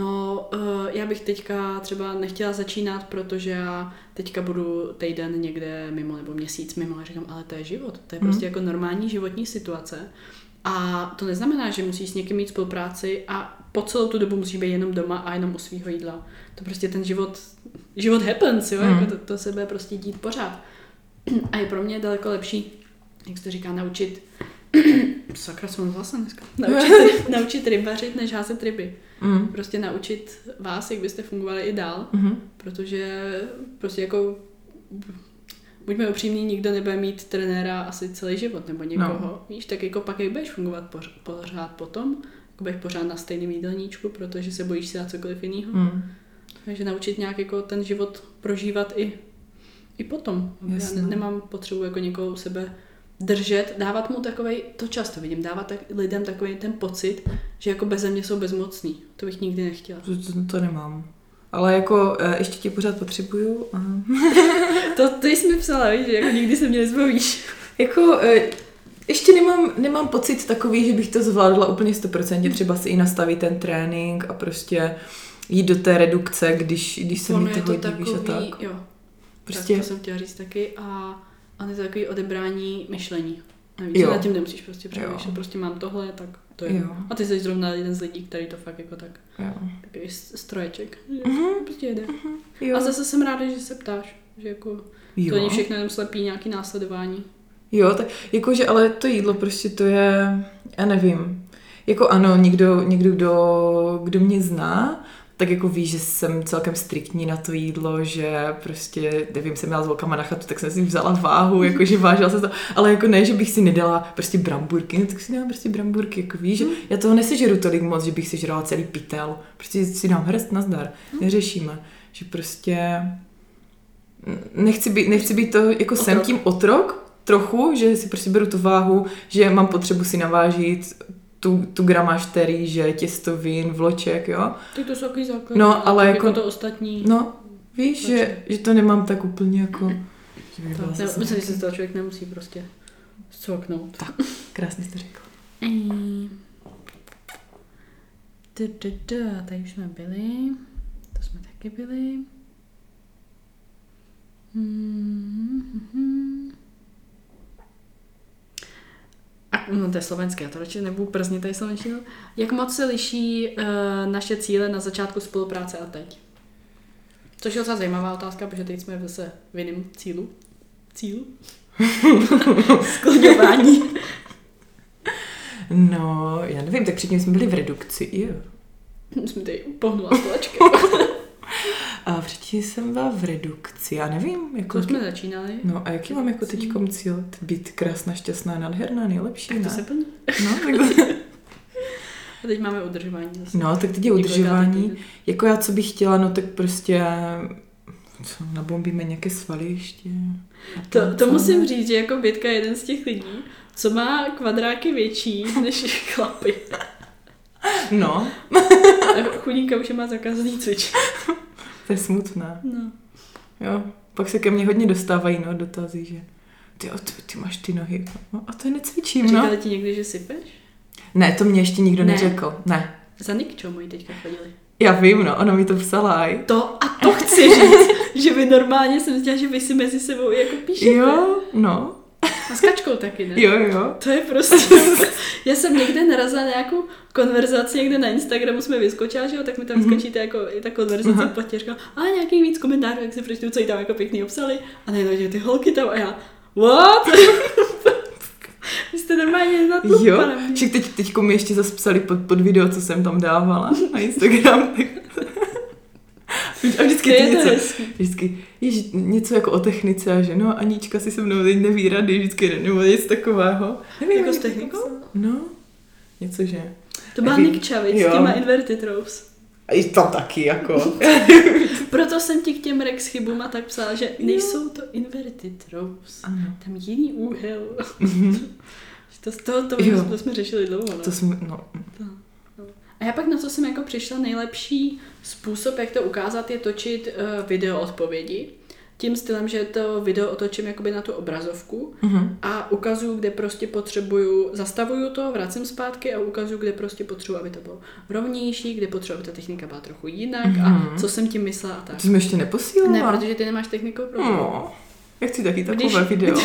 Speaker 2: já bych teďka třeba nechtěla začínat, protože já teďka budu týden někde mimo nebo měsíc mimo a říkám, ale to je život, to je prostě jako normální životní situace. A to neznamená, že musíš s někým mít spolupráci a po celou tu dobu musíš být jenom doma a jenom u svýho jídla. To prostě ten život happens, jo? Jako to se bude prostě dít pořád. A je pro mě daleko lepší, jak se to říká, naučit sakra, jsem zase dneska. Naučit rybařit, než házet ryby. Prostě naučit vás, jak byste fungovali i dál, protože prostě jako buďme upřímní, nikdo nebude mít trenéra asi celý život nebo někoho. Víš, tak jako pak jak budeš fungovat pořád potom, jako budeš pořád na stejném jídelníčku, protože se bojíš si dát cokoliv jiného. Takže naučit nějak jako ten život prožívat i potom.
Speaker 1: Jasně.
Speaker 2: Já nemám potřebu jako někoho u sebe držet, dávat mu takovej, to často vidím, dávat lidem takový ten pocit, že jako beze mě jsou bezmocní. To bych nikdy nechtěla.
Speaker 1: To nemám. Ale jako ještě tě pořád potřebuju.
Speaker 2: To jsi mi psala, víš, že jako nikdy se mě nezbavíš.
Speaker 1: Jako ještě nemám pocit takový, že bych to zvládla úplně 100%, třeba si i nastavit ten trénink a prostě jít do té redukce, když se mi to hodí, víš, a tak.
Speaker 2: Jo,
Speaker 1: Prostě...
Speaker 2: tak to jsem chtěla říct taky a je to takový odebrání myšlení. Navíc, nad tím nemusíš prostě přemýšlet, prostě mám tohle, tak to je. Jo. A ty jsi zrovna jeden z lidí, který to fakt jako tak, takový stroječek, prostě jede. A zase jsem ráda, že se ptáš, že jako to není všechno jenom slepý nějaký následování.
Speaker 1: Jo, tak jakože, ale to jídlo prostě to je, já nevím, jako ano, někdo kdo mě zná, tak jako ví, že jsem celkem striktní na to jídlo, že prostě, nevím, jsem jela s volkama na chatu, tak jsem si vzala váhu, jakože vážila se to, ale jako ne, že bych si nedala prostě bramburky, no tak si dám prostě bramburky, jako víš, že já toho nesežeru tolik moc, že bych sežrala celý pytel, prostě si dám hrst, nazdar, neřešíme, že prostě nechci být to, jako jsem tím otrok, trochu, že si prostě beru tu váhu, že mám potřebu si navážit tu gramáž že těstovin, vloček, jo.
Speaker 2: Tak to jsou takový základy.
Speaker 1: No, ale jako
Speaker 2: to ostatní.
Speaker 1: No, víš, že to nemám tak úplně jako...
Speaker 2: Myslím, že se z toho člověk nemusí prostě zcoknout.
Speaker 1: Tak, krásně jsi to řekla.
Speaker 2: Tady už jsme byli. To jsme taky byli. No to je slovenské, já to radši nebudu prznit tady slovenštinu. Jak moc se liší naše cíle na začátku spolupráce a teď? Což je docela zajímavá otázka, protože teď jsme zase v jiném cílu. Skloňování.
Speaker 1: No, já nevím, tak předtím jsme byli v redukci, jo.
Speaker 2: Jsme tady pohnula stolačka.
Speaker 1: A předtím jsem byla v redukci, já nevím. Jako
Speaker 2: jsme začínali.
Speaker 1: No a jaký mám jako teďkom cíl? Být krásná, šťastná, nádherná, nejlepší,
Speaker 2: tak to se plní.
Speaker 1: No, takhle.
Speaker 2: A teď máme udržování zase.
Speaker 1: No, tak teď je udržování. Jako já, co bych chtěla, no tak prostě nabombíme nějaké svaly ještě.
Speaker 2: To musím říct, že jako Bětka je jeden z těch lidí, co má kvadráky větší než chlapy.
Speaker 1: No.
Speaker 2: Chudinka už má zakázaný cvičení.
Speaker 1: To je smutné.
Speaker 2: No.
Speaker 1: Jo, pak se ke mně hodně dostávají, no, dotazy, že ty máš ty nohy. No, a to necvičím, no.
Speaker 2: Říkali ti někdy, že sypeš?
Speaker 1: Ne, to mě ještě nikdo neřekl. Ne.
Speaker 2: Za Nikčou moji teďka chodili.
Speaker 1: Já vím, no, ona mi to psala.
Speaker 2: To chci říct, že vy normálně jsem zdělala, že vy si mezi sebou jako píšete.
Speaker 1: Jo, no.
Speaker 2: A s Kačkou taky, ne?
Speaker 1: Jo.
Speaker 2: To je prostě... Já jsem někde narazila nějakou konverzaci, někde na Instagramu jsme vyskočila, že jo, tak mi tam vyskočíte jako i ta konverzace platě, říkala, a nějaký víc komentářů, jak si přečtu, co jí tam jako pěkný obsali, a nejenom, že ty holky tam, a já, what? Vy jste normálně natlup,
Speaker 1: jo, však teďko mi ještě zase psali pod video, co jsem tam dávala na Instagram. A vždycky něco jako o technice a že no Anička si se mnou teď neví rady, vždycky nebo něco takového.
Speaker 2: Nevím, jako s technikou?
Speaker 1: No, něco, že...
Speaker 2: To byla Nikča, s těma inverted rows.
Speaker 1: I to taky, jako.
Speaker 2: Proto jsem ti k těm Rex chybům a tak psala, že nejsou to inverted rows.
Speaker 1: Ano.
Speaker 2: Tam jiný úhel. To jsme řešili dlouho, no.
Speaker 1: To jsme, no.
Speaker 2: A já pak na co jsem jako přišla, nejlepší způsob, jak to ukázat, je točit video odpovědi. Tím stylem, že to video otočím jakoby na tu obrazovku a ukazuju, kde prostě potřebuju, zastavuju to, vracím zpátky a ukazuju, kde prostě potřebuji, aby to bylo rovnější, kde potřebuji, aby ta technika byla trochu jinak a co jsem tím myslela a tak.
Speaker 1: Ty jsi mi ještě neposílala?
Speaker 2: Ne, protože ty nemáš technikou pro
Speaker 1: no, já chci taky takové video.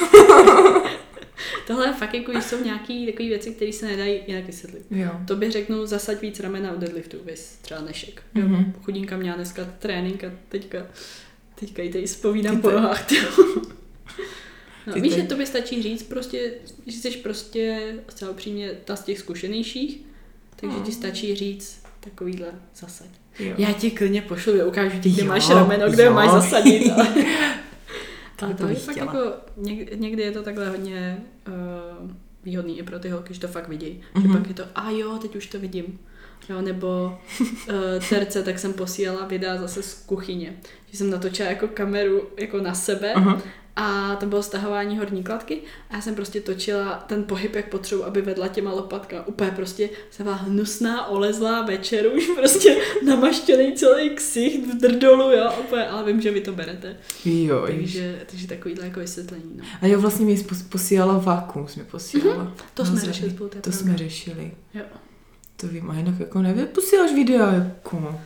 Speaker 2: Tohle fakt jako jsou nějaké takové věci, které se nedají jinak vysvětlit.
Speaker 1: Jo.
Speaker 2: Tobě řeknu, zasaď víc ramena u deadliftu, vys, třeba dnešek. Chudinka měla dneska trénink a teďka jí tady zpovídám po nohách. No, víš, že tobě stačí říct prostě, že jsi prostě zcela upřímně ta z těch zkušenějších, takže ti stačí říct takovýhle zasaď.
Speaker 1: Jo.
Speaker 2: Já ti klidně pošlu, já ukážu ti, kde máš rameno, kde máš zasadit. Ale to je fakt jako, někdy je to takhle hodně výhodný i pro ty holky, že to fakt vidí. Že pak je to, jo, teď už to vidím. Jo, nebo Terce, tak jsem posílala videa zase z kuchyně. Že jsem natočila jako kameru jako na sebe a to bylo stahování horní kladky a já jsem prostě točila ten pohyb, jak potřebuji, aby vedla těma lopatkama. Úplně prostě jsem byla hnusná, olezlá večer, už prostě namaštěný celý ksicht v drdolu, jo, úplně, ale vím, že vy to berete.
Speaker 1: Jo,
Speaker 2: takže takovýhle jako vysvětlení, no.
Speaker 1: A jo, vlastně mi posílala vákuum, jsme posílala.
Speaker 2: To jsme řešili spolu,
Speaker 1: to jsme řešili.
Speaker 2: Jo.
Speaker 1: To vím, a jinak jako nevím, posíláš videa, jako...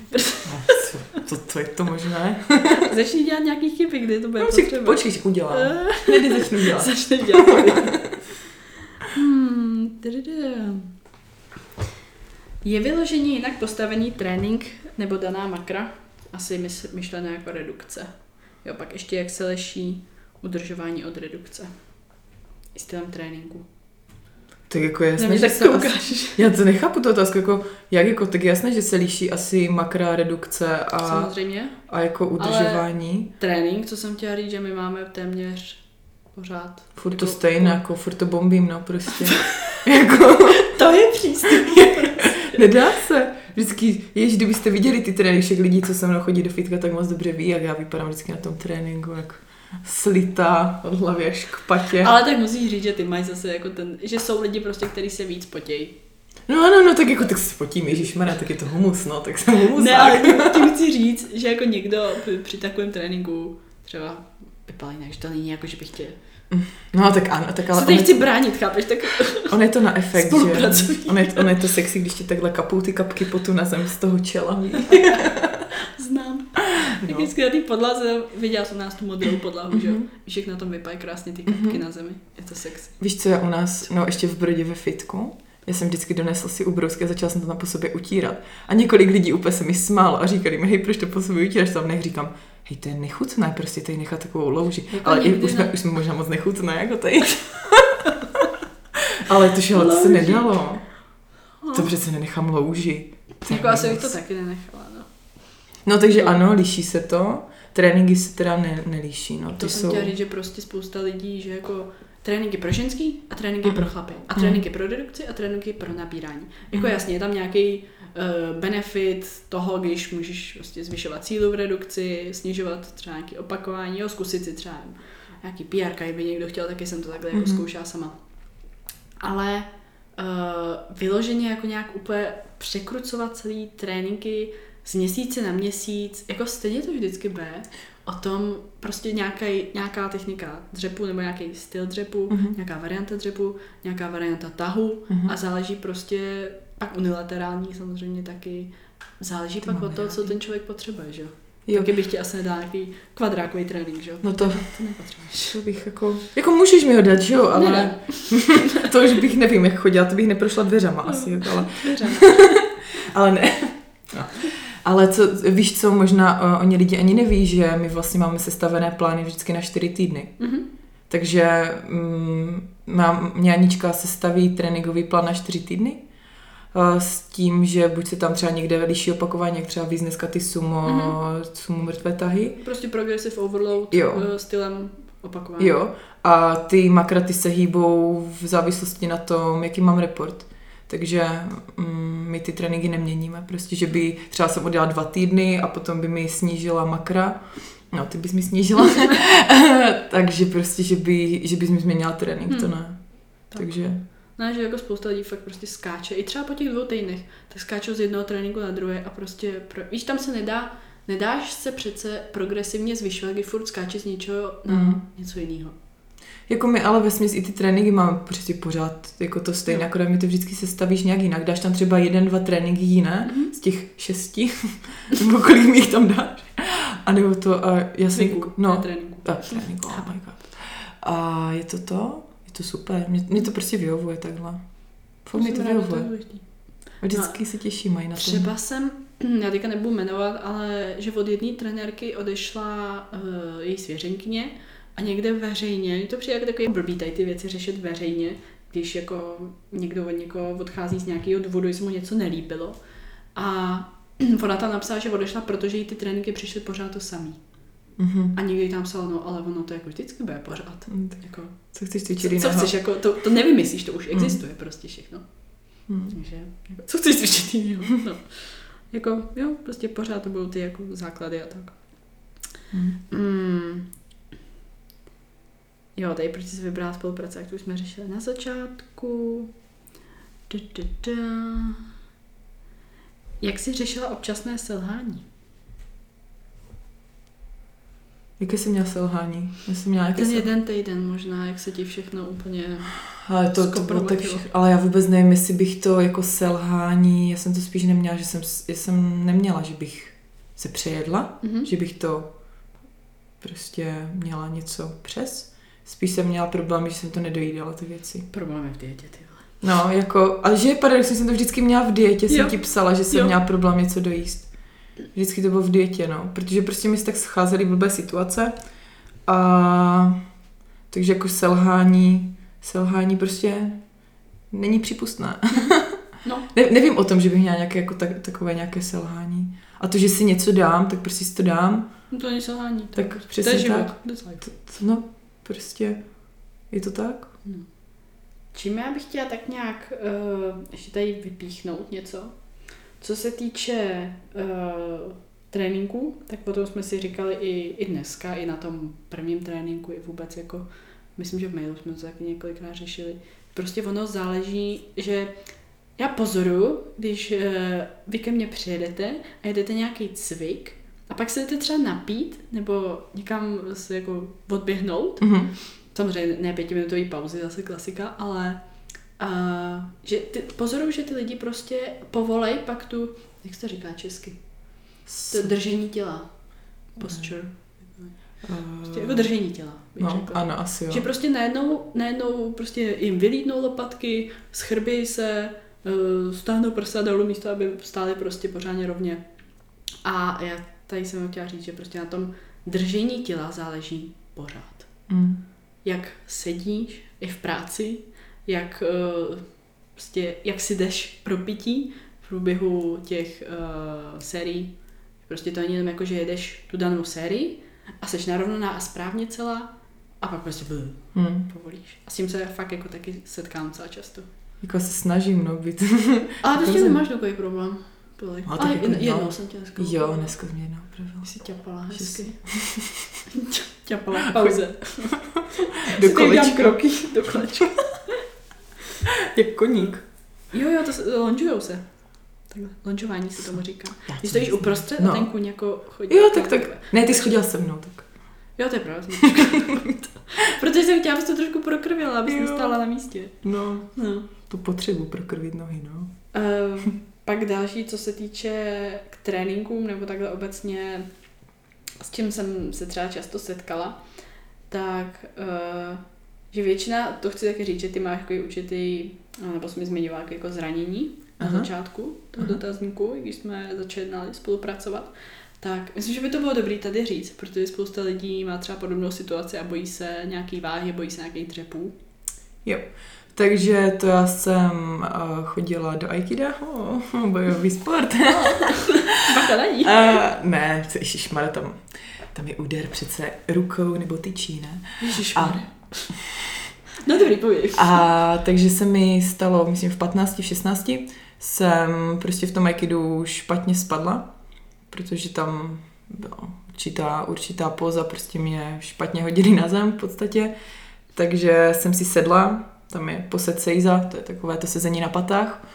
Speaker 1: To je to možné?
Speaker 2: Začni dělat nějaký chyby, kdy to bude potřeba.
Speaker 1: Počkej, udělám. Nedy začnu dělat.
Speaker 2: Začne dělat. Je vyloženě jinak postavený trénink nebo daná makra? Asi myšlené jako redukce. Jo, pak ještě jak se liší udržování od redukce. I stylem tréninku.
Speaker 1: Tak jako jasné, že se já to nechápu, tu otázku, jako, jak jako, tak jasné, že se liší asi makra, redukce a,
Speaker 2: samozřejmě.
Speaker 1: A jako udržování.
Speaker 2: Ale trénink, co jsem chtěla říct, že my máme téměř pořád.
Speaker 1: Furt jako, to stejné, jako furt to bombím, no prostě. Jako,
Speaker 2: to je přístup.
Speaker 1: Nedá se. Vždycky, kdybyste viděli ty tréninky všech lidí, co se mnou chodí do fitka, tak moc dobře ví, jak já vypadám vždycky na tom tréninku, jako slitá od hlavy až k patě.
Speaker 2: Ale tak musíš říct, že ty máš zase jako že jsou lidi prostě, kteří se víc potějí.
Speaker 1: No, tak jako tak se potím, ježišmarja, tak je to humus, no, tak jsem humusák.
Speaker 2: Ne, ale tím chci říct, že jako někdo při takovém tréninku třeba vypadá jinak, že to není jako, že bych chtěl.
Speaker 1: No, tak ano, tak ale...
Speaker 2: Se teď chci bránit, chápeš, tak...
Speaker 1: On je to na efekt, že? On je to sexy, když ti takhle kapou ty kapky potu na zem z toho čela.
Speaker 2: Znám. Tak vždycky na té podlaze, viděla jsem nás tu modrou podlahu, že jo? Víš, jak na tom vypadají krásně ty kapky na zemi. Je to sexy.
Speaker 1: Víš, co je u nás, no ještě v Brodě ve fitku? Já jsem vždycky donesl si ubrousky a začala jsem to tam po sobě utírat. A několik lidí úplně se mi smálo a říkali mi, hej, proč to po sobě utíráš? Tam nech říkám, hej, to je nechutné, prostě tady nechat takovou louži. Jako ale už jsme možná moc nechutné, jako tady. Ale to se nedalo. To přece nenechám louži.
Speaker 2: Jako asi bych to taky nenechala, no.
Speaker 1: No takže ano, liší se to. Tréninky se teda nelíší, no.
Speaker 2: To jsem chtěla říct, že prostě spousta lidí, že jako tréninky pro ženský a tréninky pro chlapy. A tréninky pro redukci a tréninky pro nabírání. Jako jasně, je tam nějaký benefit toho, když můžeš prostě zvyšovat sílu v redukci, snižovat třeba nějaké opakování, zkusit si třeba nějaký PR, kdyby někdo chtěl, taky jsem to takhle jako zkoušela sama. Ale vyloženě jako nějak úplně překrucovat celý tréninky z měsíce na měsíc, jako stejně to vždycky bude o tom prostě nějaká technika dřepu nebo nějaký styl dřepu, nějaká varianta dřepu, nějaká varianta tahu a záleží prostě pak unilaterální samozřejmě taky, záleží pak od toho, co ten člověk potřebuje, že jo. Taky bych ti asi nedal nějaký kvadrákový trénink, že jo.
Speaker 1: No to
Speaker 2: nepotřebuješ.
Speaker 1: To bych jako můžeš mi ho dát, že jo, ale to už bych nevím, jak chodila, to bych neprošla dveřama asi, ale ale ne. No. Ale víš co, možná oni lidi ani neví, že my vlastně máme sestavené plány vždycky na 4 týdny. Takže mě Anička sestaví tréninkový plán na 4 týdny s tím, že buď se tam třeba někde liší opakování, jak třeba víc dneska ty sumo mrtvé tahy.
Speaker 2: Prostě progressive overload stylem opakování.
Speaker 1: Jo, a ty makraty se hýbou v závislosti na tom, jaký mám report. Takže my ty tréninky neměníme. Prostě, že by třeba jsem udělala 2 týdny a potom by mi snížila makra. No, ty bys mi snížila. Takže prostě, že bys mi změnila trénink, to ne. Takže
Speaker 2: No, že jako spousta lidí fakt prostě skáče. I třeba po těch 2 týdnech, tak skáčou z jednoho tréninku na druhé a prostě, víš, tam se nedáš se přece progresivně zvyšovat, když furt skáče z něčeho na něco jiného.
Speaker 1: Jako my ale vesměs i ty tréninky máme prostě pořád jako to stejné, akorát mi to vždycky sestavíš nějak jinak. Dáš tam třeba 1-2 tréninky jiné z těch 6, nebo kolik mi jich tam dáš. A nebo to, a já jsem...
Speaker 2: Tréninku.
Speaker 1: Tréninku, oh my god. A je to super. Mě to prostě vyhovuje takhle. Fakt mi to vyhovuje. Vždycky se těším mají na to.
Speaker 2: Třeba já teďka nebudu jmenovat, ale že od jedné trenérky odešla její svěřenkyně a někde veřejně, to přijde jako takový blbý tady ty věci řešit veřejně, když jako někdo od někoho odchází z nějakého důvodu, jestli mu něco nelíbilo. A ona tam napsala, že odešla, protože jí ty tréninky přišly pořád to samý. A někdy tam psala, no ale ono to jako vždycky bude pořád. Jako,
Speaker 1: co chceš cvičit jiného?
Speaker 2: Co chceš, jako, to nevymyslíš, to už existuje prostě všechno. Takže, jako, co chceš cvičit jiného? No. Jako, jo, prostě pořád to budou ty jako základy a tak. Jo, tady proč jsi vybrala spolupráce, jak to už jsme řešili na začátku. Jak jsi řešila občasné selhání?
Speaker 1: Jaké jsem měla selhání?
Speaker 2: Ten jeden týden možná, jak se ti všechno úplně...
Speaker 1: Ale to bylo tak všechno. Ale já vůbec nevím, jestli bych to jako selhání, já jsem to spíš neměla, že jsem neměla, že bych se přejedla, že bych to prostě měla něco přes. Spíš jsem měla problémy, že jsem to nedojídala, ty věci.
Speaker 2: Problémy v dietě, ty vole.
Speaker 1: No, jako, ale že paradoxně jsem to vždycky měla v dietě, jsem ti psala, že jsem měla problém něco dojíst. Vždycky to bylo v dietě, no, protože prostě mi se tak scházely blbé situace a takže jako selhání prostě není přípustné.
Speaker 2: No.
Speaker 1: Nevím o tom, že bych měla nějaké, jako takové nějaké selhání. A to, že si něco dám, tak prostě si to dám.
Speaker 2: No to není selhání.
Speaker 1: Tak přesně
Speaker 2: to je život.
Speaker 1: Tak. No, prostě je to tak.
Speaker 2: No. Čím já bych chtěla tak nějak ještě tady vypíchnout něco, co se týče tréninku, tak potom jsme si říkali i dneska, i na tom prvním tréninku, i vůbec jako, myslím, že v mailu jsme to taky několikrát řešili. Prostě ono záleží, že já pozoruju, když vy ke mně přijedete a jedete nějaký cvik a pak se jdete třeba napít nebo někam se jako odběhnout. Samozřejmě ne 5minutový pauzy, zase klasika, ale že pozoruju, že ty lidi prostě povolej pak tu, jak se to říká česky? To držení těla. Posture. Prostě jako držení těla.
Speaker 1: No, ano, asi jo.
Speaker 2: Že prostě najednou prostě jim vylídnou lopatky, schrbí se, stáhnou prsa dolů místo, aby stály prostě pořádně rovně. A já tady jsem chtěla říct, že prostě na tom držení těla záleží pořád. Jak sedíš, i v práci, jak si jdeš pro pití v průběhu těch sérií. Prostě to není jenom jako, že jedeš tu danou sérii a seš narovnaná a správně celá a pak prostě povolíš. A s tím se fakt jako taky setkám celá často.
Speaker 1: Jako se snažím, no, být.
Speaker 2: Ale prostě nemáš takový problém. Ale jednou jsem tě dneska.
Speaker 1: Jo, dneska mě jednou opravila.
Speaker 2: Jsi ťapala hezky. Ťapala v pauze.
Speaker 1: Do kolečka.
Speaker 2: Kroky do kolečka.
Speaker 1: Jak koník.
Speaker 2: Jo, to lonžujou se. Takhle, lonžování se tomu říká. Když stojíš uprostřed a ten kůň jako chodí.
Speaker 1: Jo, tak. Ne, ty jsi chodila se mnou, tak.
Speaker 2: Jo, to je pravda. Protože jsem chtěla, abys to trošku prokrvila, abys nestála na místě.
Speaker 1: No. Tu potřebu prokrvit nohy, no.
Speaker 2: Pak další, co se týče k tréninkům, nebo takhle obecně, s čím jsem se třeba často setkala, tak, že většina, to chci taky říct, že ty máš jako určitý, nebo jsi mi zmiňovala jako zranění na začátku toho dotazníku, když jsme začínali spolupracovat, tak myslím, že by to bylo dobré tady říct, protože spousta lidí má třeba podobnou situaci a bojí se nějaký váhy, bojí se nějakých dřepů.
Speaker 1: Jo. Takže to já jsem chodila do Aikida, bojový sport.
Speaker 2: Bacha na ní.
Speaker 1: Ne, ježišmarja, tam je úder přece rukou nebo tyčí, ne?
Speaker 2: Ježišmarja. No dobrý, pověď.
Speaker 1: A takže se mi stalo, myslím v 15, v 16, jsem prostě v tom Aikidu špatně spadla, protože tam byla určitá póza, prostě mě špatně hodili na zem v podstatě, takže jsem si sedla tam je posed sejza, to je takové to sezení na patách.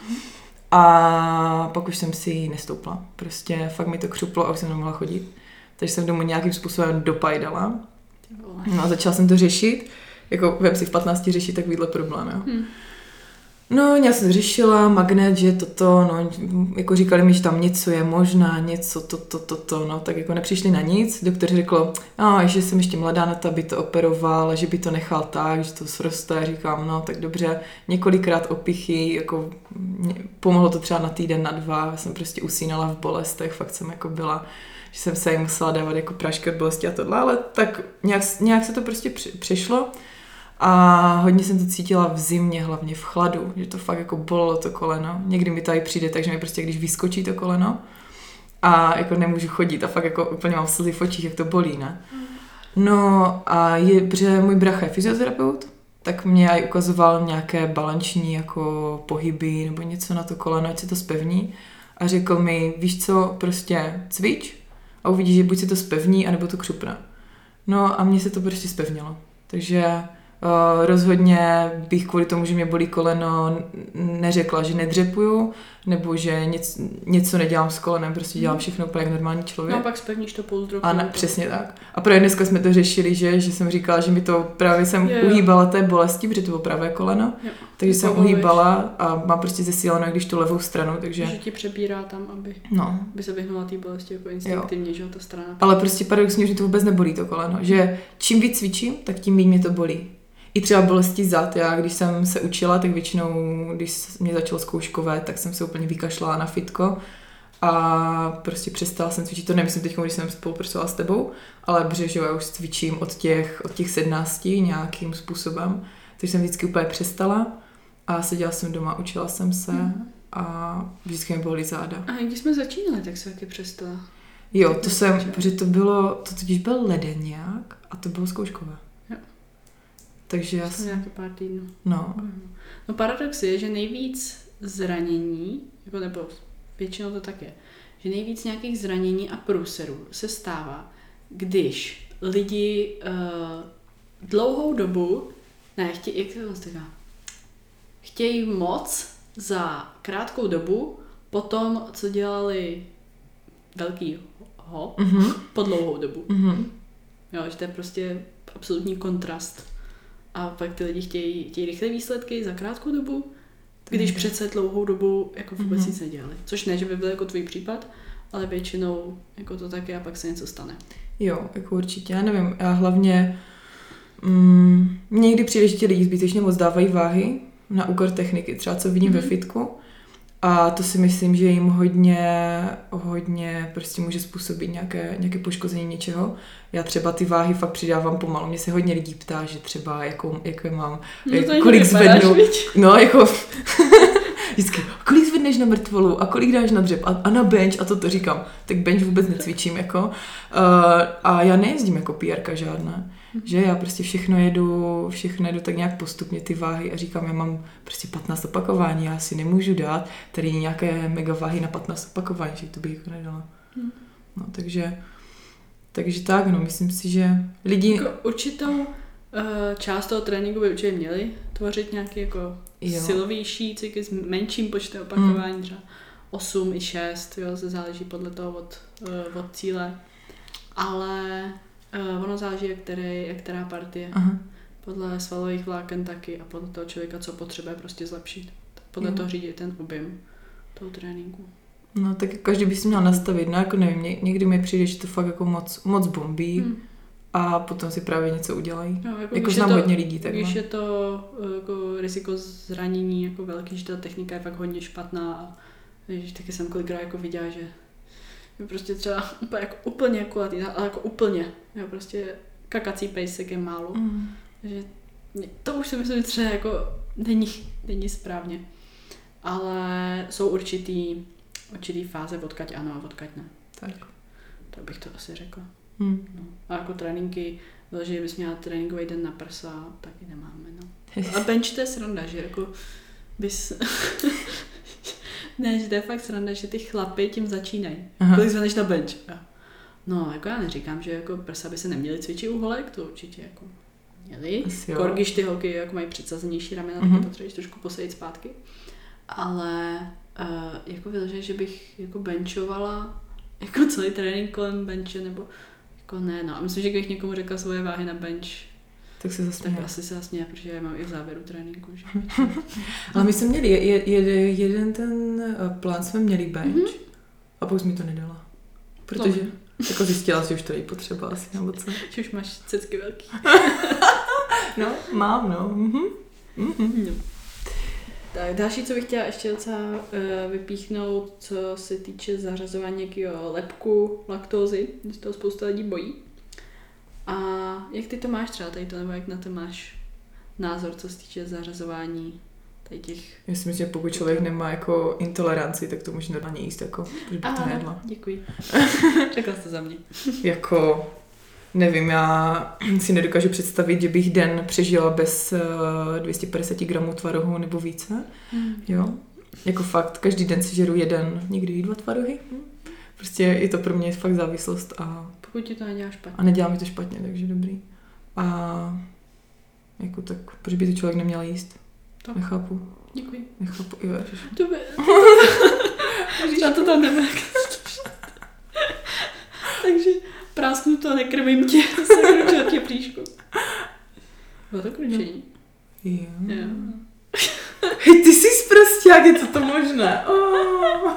Speaker 1: A pak už jsem si nestoupla. Prostě fakt mi to křuplo a už jsem nemohla chodit. Takže jsem domů nějakým způsobem dopajdala. No a začala jsem to řešit. Jako vem si v 15 řešit takovýhle problém, jo. No, já jsem řešila, magnet, že toto, no, jako říkali mi, že tam něco je možná, něco, to, no, tak jako nepřišli na nic. Doktor řekl, že jsem ještě mladá na to, aby to operoval, že by to nechal tak, že to sroste. Říkám, no, tak dobře, několikrát opichy, jako pomohlo to třeba na týden, na 2, já jsem prostě usínala v bolestech, fakt jsem jako byla, že jsem se jim musela dávat jako prášky od bolesti a tohle, ale tak nějak se to prostě přešlo. A hodně jsem to cítila v zimě, hlavně v chladu, že to fakt jako bolelo to koleno. Někdy mi tady přijde, takže mi prostě když vyskočí to koleno a jako nemůžu chodit a fakt jako úplně mám slzy v očích, jak to bolí, ne? No a protože můj brácha je fyzioterapeut, tak mě aj ukazoval nějaké balanční jako pohyby nebo něco na to koleno, ať se to zpevní. A řekl mi, víš co, prostě cvič a uvidíš, že buď se to zpevní, anebo to křupne. No a mně se to prostě zpevnilo. Takže rozhodně bych kvůli tomu, že mě bolí koleno, neřekla, že nedřepuju, nebo že něco nedělám s kolenem, prostě dělám všechno úplně jak normální člověk.
Speaker 2: No a pak zpevníš to půl roku.
Speaker 1: Ano, přesně tak. A právě dneska jsme to řešili, že jsem říkala, že mi to právě jsem uhýbala té bolesti, protože to bylo pravé koleno, takže jsem uhýbala a mám prostě zesíleno, když tu levou stranu, takže...
Speaker 2: Že ti přebírá tam, aby se vyhnula té bolesti jako instinktivně, že ta strana.
Speaker 1: Ale prostě paradoxně už mi to vůbec nebolí to koleno, že čím víc cvičím, tak tím méně mě to bolí. I třeba bolesti zad, já když jsem se učila, tak většinou, když mě začalo zkouškové, tak jsem se úplně vykašlala na fitko a prostě přestala jsem cvičit. To nemyslím teď, když jsem spolupracovala s tebou, ale protože já už cvičím od těch 17 nějakým způsobem, takže jsem vždycky úplně přestala a seděla jsem doma, učila jsem se a vždycky mi bolí záda.
Speaker 2: A když jsme začínali, tak se taky přestala.
Speaker 1: Jo, protože to totiž byl leden nějak a to bylo zkouškové. Takže já jsem...
Speaker 2: Nějaké pár týdnů.
Speaker 1: No.
Speaker 2: No paradox je, že nejvíc zranění, nebo většinou to tak je, že nejvíc nějakých zranění a průserů se stává, když lidi dlouhou dobu, chtějí moc za krátkou dobu po tom, co dělali velkýho po dlouhou dobu. Jo, že to je prostě absolutní kontrast. A pak ty lidi chtějí rychlé výsledky za krátkou dobu, když přece dlouhou dobu jako vůbec nic nedělali. Což ne, že by byl jako tvůj případ, ale většinou jako to tak je a pak se něco stane.
Speaker 1: Jo, jako určitě, já nevím, já hlavně někdy přijde, že ti lidi zbytečně moc dávají váhy na úkor techniky, třeba co vidím ve fitku. A to si myslím, že jim hodně prostě může způsobit nějaké poškození něčeho. Já třeba ty váhy fakt přidávám pomalu. Mě se hodně lidí ptá, že třeba jaké mám, kolik zvednu. No, jako vždycky, kolik zvedneš na mrtvolu a kolik dáš na dřep a na bench a to říkám. Tak bench vůbec necvičím jako. A já nejezdím jako PR žádná. Že já prostě všechno jedu tak nějak postupně ty váhy a říkám, já mám prostě 15 opakování, já si nemůžu dát tady nějaké mega váhy na 15 opakování, že to bych jako nedala. No, takže tak, no, myslím si, že lidi...
Speaker 2: Jako určitou část toho tréninku by určitě měli tvořit nějaký jako silovější cykly s menším počtem opakování, třeba 8 i 6, jo, se záleží podle toho od cíle, ale ono záleží, jak která partie. Podle svalových vláken taky a podle toho člověka, co potřebuje prostě zlepšit. Podle toho řídit ten objem toho tréninku.
Speaker 1: No tak každý by si měl nastavit, no jako nevím, někdy mi přijde, že to fakt jako moc bombí a potom si právě něco udělají.
Speaker 2: No,
Speaker 1: jako znám hodně lidí takhle.
Speaker 2: Když je to jako riziko zranění jako velký, že ta technika je fakt hodně špatná a že taky jsem kolikrát jako viděla, že prostě třeba úplně kulatý, ale jako úplně, jo, prostě kakací pejsek je málo. Takže to už si myslím, že třeba jako není správně. Ale jsou určitý fáze, odkaď ano a odkaď ne.
Speaker 1: Tak.
Speaker 2: To bych to asi řekla. No. A jako tréninky, že bys měla tréninkový den na prsa, taky nemáme. No. A bench to je sranda, že jako bys... Ne, že to je fakt sranda, že ty chlapy tím začínají. Kolik zvedneš na bench? No, jako já neříkám, že jako prsa by se neměly cvičit u holek, to určitě jako měli.
Speaker 1: Asi jo.
Speaker 2: Korgiš ty holky, jako mají předsazenější ramena, tak je potřebuješ trošku posadit zpátky. Ale jako vyloženě, že bych jako benchovala jako celý trénink kolem benche, nebo jako ne, no. A myslím, že když někomu řekla svoje váhy na bench,
Speaker 1: tak se zasměje.
Speaker 2: tak asi se zasměje, protože já mám i v závěru tréninku. Že?
Speaker 1: Ale my jsme měli, jeden ten plán jsme měli bench a pak jsi mi to nedala. Protože jako zjistila, že už to je potřeba asi, nebo co?
Speaker 2: Že už máš cecky velký.
Speaker 1: No, mám, no.
Speaker 2: No. Tak další, co bych chtěla ještě docela vypíchnout, co se týče zařazování nějakého lepku, laktózy, když toho spousta lidí bojí. A jak ty to máš třeba tady to, nebo jak na to máš názor, co se týče zařazování tady těch...
Speaker 1: Já si myslím, že pokud člověk nemá jako intoleranci, tak to může normálně jíst, jako, že by to nejedla.
Speaker 2: Děkuji. Řekla jsi to za mě.
Speaker 1: Jako, nevím, já si nedokážu představit, že bych den přežila bez 250 gramů tvarohu nebo více. Jo? Jako fakt, každý den si žeru jeden, někdy i 2 tvarohy. Prostě je to pro mě fakt závislost a...
Speaker 2: Pokud ti to nedělá špatně.
Speaker 1: A nedělá mi to špatně, takže dobrý. A jako tak, proč by to člověk neměl jíst?
Speaker 2: To.
Speaker 1: Nechápu.
Speaker 2: Děkuji.
Speaker 1: Nechápu, jo, ježiš.
Speaker 2: Já to tam nebudu. Takže prásknu to, nekrmím tě, sakru tě plíšku. Bylo to kručení.
Speaker 1: Jo.
Speaker 2: Jo.
Speaker 1: Hej, ty jsi zprosťák, je to možné. Oh.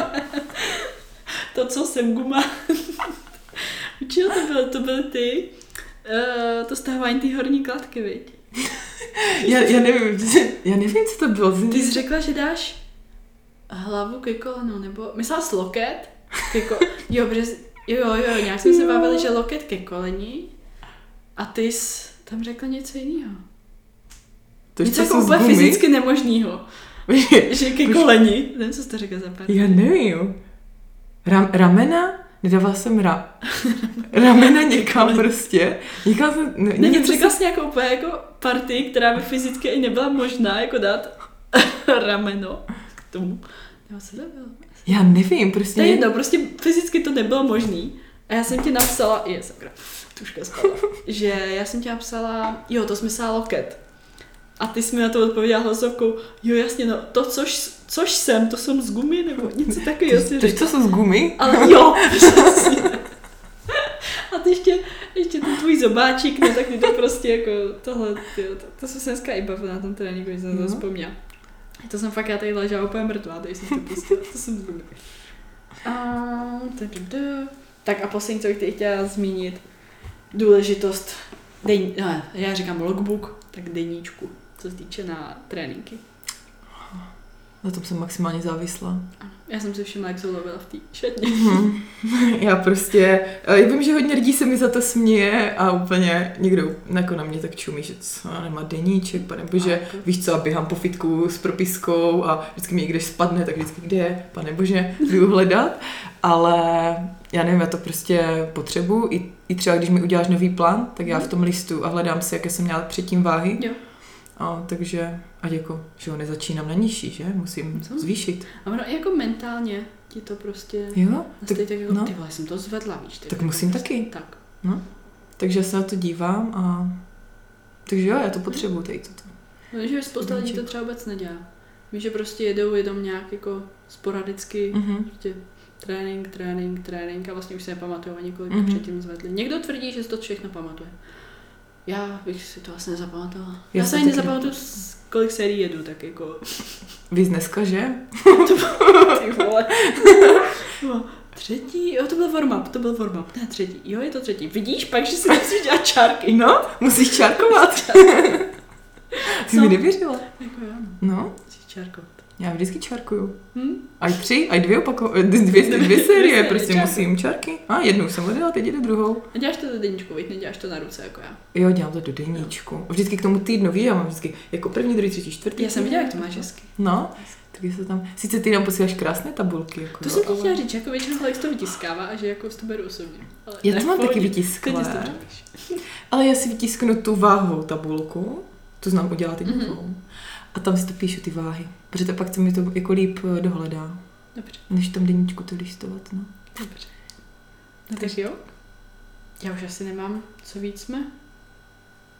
Speaker 2: To, co jsem guma. Učil to byly ty, to stávání ty horní kladky, viď?
Speaker 1: Já nevím, co to bylo.
Speaker 2: Ty jsi řekla, že dáš hlavu ke kolenu, nebo myslela jsi loket? Jo, protože, jo, nějak jsme se bavili, že loket ke koleni a ty jsi tam řekla něco jiného. Něco jako úplně fyzicky nemožného. Že ke koleni. Nevím, co jsi to řekla za pár.
Speaker 1: Já nevím. Ramena? Nedávala jsem ramena někam prostě. Někam jsem...
Speaker 2: Ne, řekla jsi nějakou úplně jako partii, která by fyzicky i nebyla možná jako dát rameno k tomu. Nebo co to bylo?
Speaker 1: Já nevím, prostě...
Speaker 2: To je jedno, prostě fyzicky to nebylo možný. A já jsem ti napsala, sakra, tuška spadla, že já jsem ti napsala, jo, to smyslela loket. A ty jsi mi na to odpověděla hlasovkou, jo jasně, no to, což jsem, to jsem z gumy, nebo něco takového si řekla.
Speaker 1: To jsem z gumy?
Speaker 2: Ale jo, přesně. A ty ještě ten tvůj zobáčik, no tak ty to prostě jako tohle, tyjo, to jsem se dneska i bavila na tom tréninku, když jsem to vzpomněla. To jsem fakt, já tady ležela úplně mrtvá, tady jsem to pustila, to jsem z gumy. Tak a poslední, co bych tady chtěla zmínit, důležitost, já říkám logbook, tak deníčku, co se týče na tréninky.
Speaker 1: Na tom jsem maximálně závislá.
Speaker 2: Já jsem si všimla, jak zlovila v té šatně.
Speaker 1: Já prostě, já vím, že hodně lidí se mi za to směje a úplně někdo jako na mě tak čumí, že co, nemá deníček, panebože, víš co, a běhám po fitku s propiskou a vždycky mi někde spadne, tak vždycky kde je, panebože, jdu hledat, ale já nevím, já to prostě potřebuji, i třeba když mi uděláš nový plán, tak já v tom listu a hledám si, jaké jsem měla předtím váhy. Jo. A takže, ať jako, že ho nezačínám na nižší, že? Musím zvýšit.
Speaker 2: A ono jako mentálně ti to prostě
Speaker 1: tak
Speaker 2: jako, ty vole, jsem to zvedla, víš.
Speaker 1: Tak musím
Speaker 2: prostě,
Speaker 1: taky.
Speaker 2: Tak.
Speaker 1: No. Takže já se na to dívám a takže jo, já to potřebuju tady toto.
Speaker 2: No, že spousta lidí to třeba vůbec nedělá. Víš, že prostě jedou nějak jako sporadicky, prostě trénink a vlastně už se nepamatují ani kolik předtím zvedli. Někdo tvrdí, že si to všechno pamatuje. Já bych si to asi nezapamatovala. Já se ani nezapamatuju, kolik sérií jedu, tak jako...
Speaker 1: Víc dneska, že?
Speaker 2: Ty vole. Třetí, jo, to byl warm-up. Ne, třetí. Jo, je to třetí. Vidíš pak, že si musíš dělat čárky.
Speaker 1: No, musíš čárkovat. Ty mi nevěřila.
Speaker 2: Jako jo.
Speaker 1: No.
Speaker 2: Musíš čárkovat.
Speaker 1: Já vždycky čárkuju. Aj 3, aj 2 série, prostě musím čárky. A jednou jsem odjela, teď jde druhou.
Speaker 2: A děláš to do deníčku, veď neděláš to na ruce jako já.
Speaker 1: Jo, dělám to do deníčku. Vždycky k tomu týdnu, víš, já mám vždycky jako první, druhý, třetí, čtvrtý.
Speaker 2: Já jsem viděla, jak to máš hezky.
Speaker 1: No, taky se tam, sice ty nám posíláš krásné tabulky. Jako
Speaker 2: to jsem ti chtěla říct, že jako většinou Alex to vytiskává a že jako to beru osobně. Ale
Speaker 1: já to mám taky vytisklé. Ale já si vytisknu tu váhovou tabulku, to znám udělat i a tam si to píšu ty váhy, protože to pak se mi to jako líp dohledá.
Speaker 2: Dobře.
Speaker 1: Než tam deníčku to listovat, no.
Speaker 2: Dobře. No tak jo. Já už asi nemám, co víc jsme.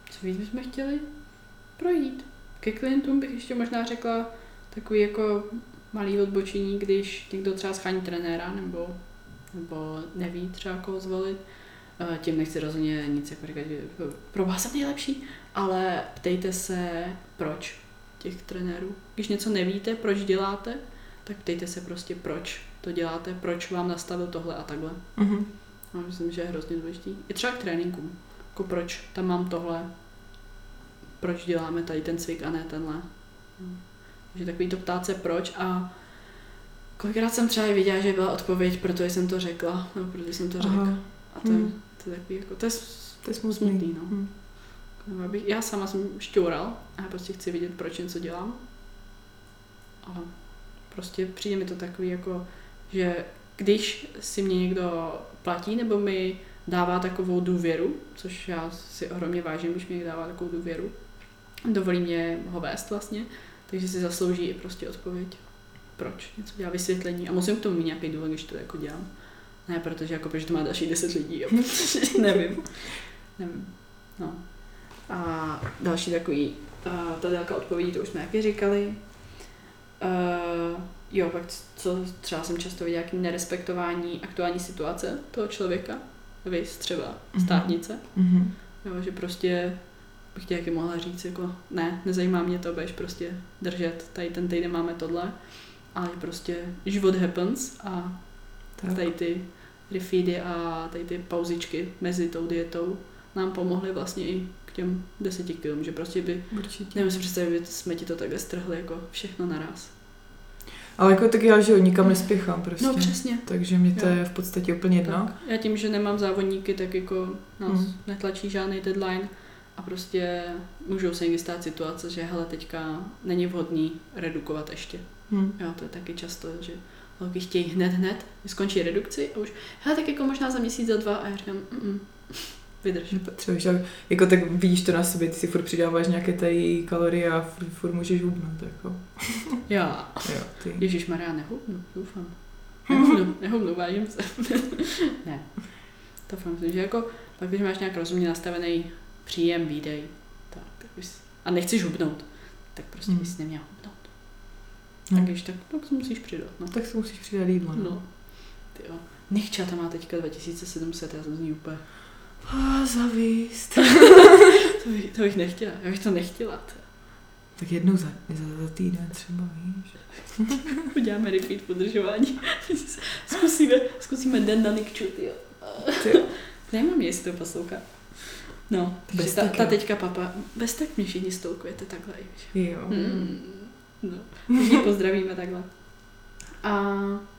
Speaker 2: Co víc bychom chtěli projít. Ke klientům bych ještě možná řekla takový jako malý odbočení, když někdo třeba schání trenéra nebo neví třeba koho zvolit. Tím nechci rozhodně nic jako říkat, že pro vás jsem nejlepší, ale ptejte se proč těch trenérů. Když něco nevíte, proč děláte, tak ptejte se prostě proč to děláte, proč vám nastavil tohle a takhle.
Speaker 1: Mhm.
Speaker 2: No, myslím, že je hrozně důležitý. I třeba k tréninkům. Jako proč tam mám tohle, proč děláme tady ten cvik a ne tenhle. Takže takový to ptát se proč a kolikrát jsem třeba i viděla, že byla odpověď, protože jsem to řekla, nebo protože jsem to řekla. A to je takový jako, to je smutný, no. Já sama jsem šťoural a já prostě chci vidět, proč něco dělám. A prostě přijde mi to takový jako, že když si mě někdo platí nebo mi dává takovou důvěru, což já si ohromně vážím, když mi někdo dává takovou důvěru, dovolí mě ho vést vlastně, takže si zaslouží i prostě odpověď. Proč něco dělá, vysvětlení a musím k tomu mít nějaký důvod, když to jako dělám. Ne, protože jako, protože to má další 10 lidí, nevím. No. A další takový, ta délka odpovědí, to už jsme taky říkali. Jo, pak co třeba jsem často viděla, nějaký nerespektování aktuální situace toho člověka, vys třeba státnice. Jo, že prostě bych tě jaký mohla říct, jako ne, nezajímá mě to, budeš prostě držet, tady ten týden máme tohle, ale prostě život happens a tady ty refeedy a tady ty pauzičky mezi tou dietou nám pomohly vlastně i k těm 10 kilům, že prostě by, nevím si představit, že jsme ti to takhle strhli jako všechno naraz.
Speaker 1: Ale jako tak já, že nikam nespěchám prostě.
Speaker 2: No přesně.
Speaker 1: Takže mě to je v podstatě úplně jedno.
Speaker 2: Tak. Já tím, že nemám závodníky, tak jako nás netlačí žádný deadline a prostě můžou se někdy stát situace, že hele, teďka není vhodný redukovat ještě. Jo, to je taky často, že holky chtějí hned, skončí redukci a už, hele, tak jako možná za měsíc, za 2 a já říkám, vydrž.
Speaker 1: Nepotřebuješ, jako tak vidíš to na sobě, ty si furt přidáváš nějaké tady kalorie a furt můžeš hubnout, jako.
Speaker 2: Já.
Speaker 1: Jo, ty.
Speaker 2: Ježišmarja, nehubnu, doufám. Nehubnu, vážím se. Ne. To fakt myslím, že jako, pak když máš nějak rozumně nastavený příjem, výdej, tak bys, a nechceš hubnout, tak prostě bys neměl hubnout. Tak když tak se musíš přidat, no.
Speaker 1: Tak se musíš přidat jídlo, no.
Speaker 2: Ty jo. Nichčata má teďka 2700, já jsem z ní úplně...
Speaker 1: Zavíst.
Speaker 2: to bych nechtěla, já bych to nechtěla.
Speaker 1: Tak jednou za týden třeba, víš.
Speaker 2: Uděláme repeat podržování. Zkusíme den na nikču, tyjo. Nemám, jestli to poslouchá. No, takže ta teďka papa, bez tak mě všichni stolkujete takhle, víš.
Speaker 1: Jo.
Speaker 2: No, všichni pozdravíme takhle. A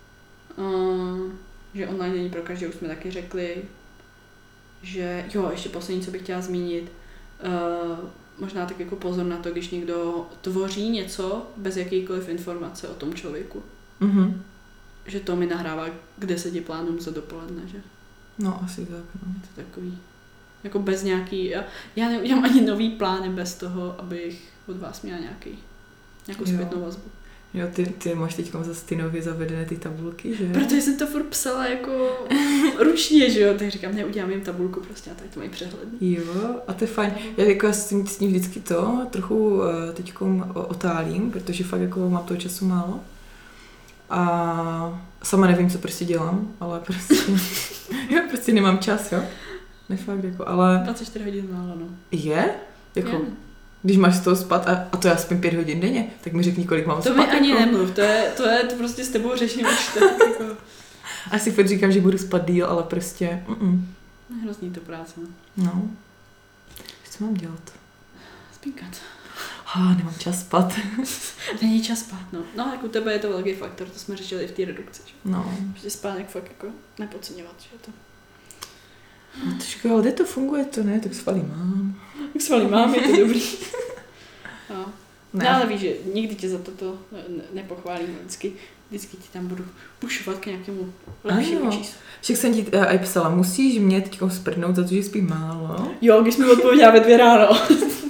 Speaker 2: že online není pro každé, už jsme taky řekli, že jo, ještě poslední, co bych chtěla zmínit, možná tak jako pozor na to, když někdo tvoří něco bez jakýkoliv informace o tom člověku. Že to mi nahrává k 10 plánům za dopoledne, že?
Speaker 1: No, asi tak, no.
Speaker 2: Je to takový, jako bez nějaký, já neudělám ani nový plány bez toho, abych od vás měla nějakou zpětnou vazbu.
Speaker 1: Jo, ty máš teď zase ty nově zavedené ty tabulky, že?
Speaker 2: Protože jsem to furt psala jako ručně, že jo, tak říkám, neudělám jim tabulku prostě a tak to mají přehledný. Jo, a to je fajn. Já jako s tím vždycky to trochu teďkom otálím, protože fakt jako mám toho času málo. A sama nevím, co prostě dělám, ale prostě, já prostě nemám čas, jo. Nefakt jako, ale... 24 hodin málo, no.
Speaker 1: Je? Jako... Je. Když máš z toho spát a to já spím 5 hodin denně, tak mi řekni, kolik mám spát.
Speaker 2: To mi ani jako... nemluv, to prostě s tebou řeším už tak jako...
Speaker 1: Asi fakt říkám, že budu spát díl, ale prostě...
Speaker 2: Hrozný to práce.
Speaker 1: No. Co mám dělat?
Speaker 2: Spínkat.
Speaker 1: Nemám čas spát.
Speaker 2: Není čas spát, no. No, jako u tebe je to velký faktor, to jsme řešili v té redukci, že?
Speaker 1: No.
Speaker 2: Protože spánek fakt jako nepodceňovat, že to...
Speaker 1: No trošku, ale kde to funguje, to ne, tak svaly mám.
Speaker 2: Tak svaly mám, je to dobrý. No. Ne. No, ale víš, že nikdy tě za toto nepochválím, vždycky ti tam budu pušovat k nějakému lepšímu číslu.
Speaker 1: Však jsem ti aj psala, musíš mě teď sprdnout za to, že spím málo.
Speaker 2: Jo, když mi odpověděla ve 2 ráno.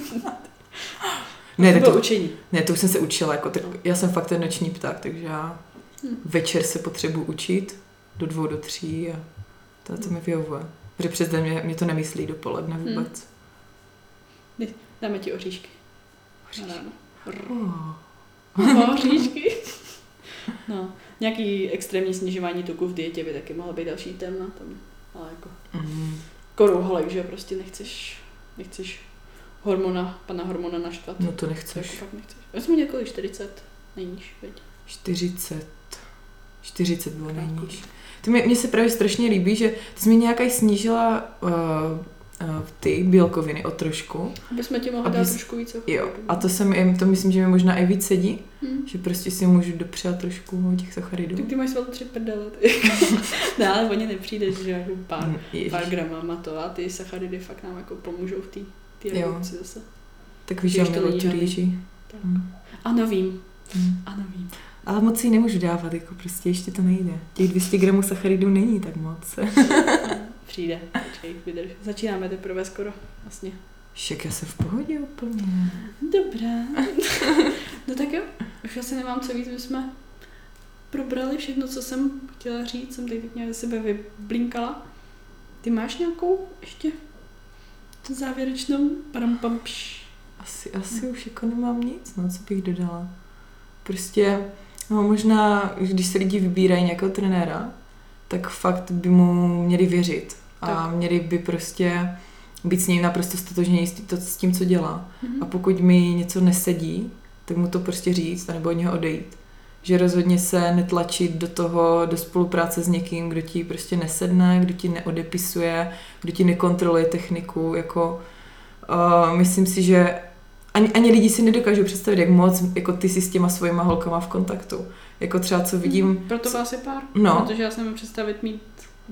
Speaker 1: Ne,
Speaker 2: to bylo učení.
Speaker 1: Ne, to už jsem se učila, jako, tak já jsem fakt ten noční pták, takže já večer se potřebuji učit do 2, do 3 a to mi vyhovuje. Protože přes den mě to nemyslí dopoledne vůbec.
Speaker 2: Dáme ti oříšky. Oříšky. No, nějaký extrémní snižování tuku v dietě by taky mohlo být další téma. Tam, ale jako korouholek, že prostě nechceš pana hormona naštvat.
Speaker 1: No to nechceš.
Speaker 2: To fakt nechceš. Já jsem měl 40 nejníž, veď.
Speaker 1: 40 bylo nejníž. Mně se právě strašně líbí, že ty jsi mi nějak snížila ty bílkoviny o trošku.
Speaker 2: Aby jsme ti mohli dát trošku víc.
Speaker 1: Jo, a to myslím, že mi možná i víc sedí, že prostě si můžu dopřát trošku těch sacharidů.
Speaker 2: Tak ty máš svalu 3 prdele. Ne, ale oni nepřijdeš, že jako pár gramama to a ty sacharidy fakt nám jako pomůžou v té redukci zase.
Speaker 1: Tak víš, že mělo tu rýži.
Speaker 2: Ano, vím.
Speaker 1: Ale moc si ji nemůžu dávat, jako prostě ještě to nejde. Těch 200 gramů sacharidů není tak moc.
Speaker 2: Přijde, počkej, vydrž. Začínáme teprve skoro, vlastně.
Speaker 1: Však já jsem v pohodě úplně.
Speaker 2: Dobrá. No tak jo, už asi nemám co víc, my jsme probrali všechno, co jsem chtěla říct, jsem teď nějak sebe vyblinkala. Ty máš nějakou ještě závěrečnou?
Speaker 1: Asi už jako nemám nic, no, co bych dodala. Prostě, no možná, když se lidi vybírají nějakého trenéra, tak fakt by mu měli věřit a měli by prostě být s ním naprosto stotožnění s tím, co dělá. A pokud mi něco nesedí, tak mu to prostě říct a nebo od něho odejít. Že rozhodně se netlačit do spolupráce s někým, kdo ti prostě nesedne, kdo ti neodepisuje, kdo ti nekontroluje techniku. Jako, myslím si, že ani lidi si nedokážou představit, jak moc jako ty jsi s těma svojima holkama v kontaktu. Jako třeba co vidím...
Speaker 2: Proto vás je pár, protože já jsem mi představit mít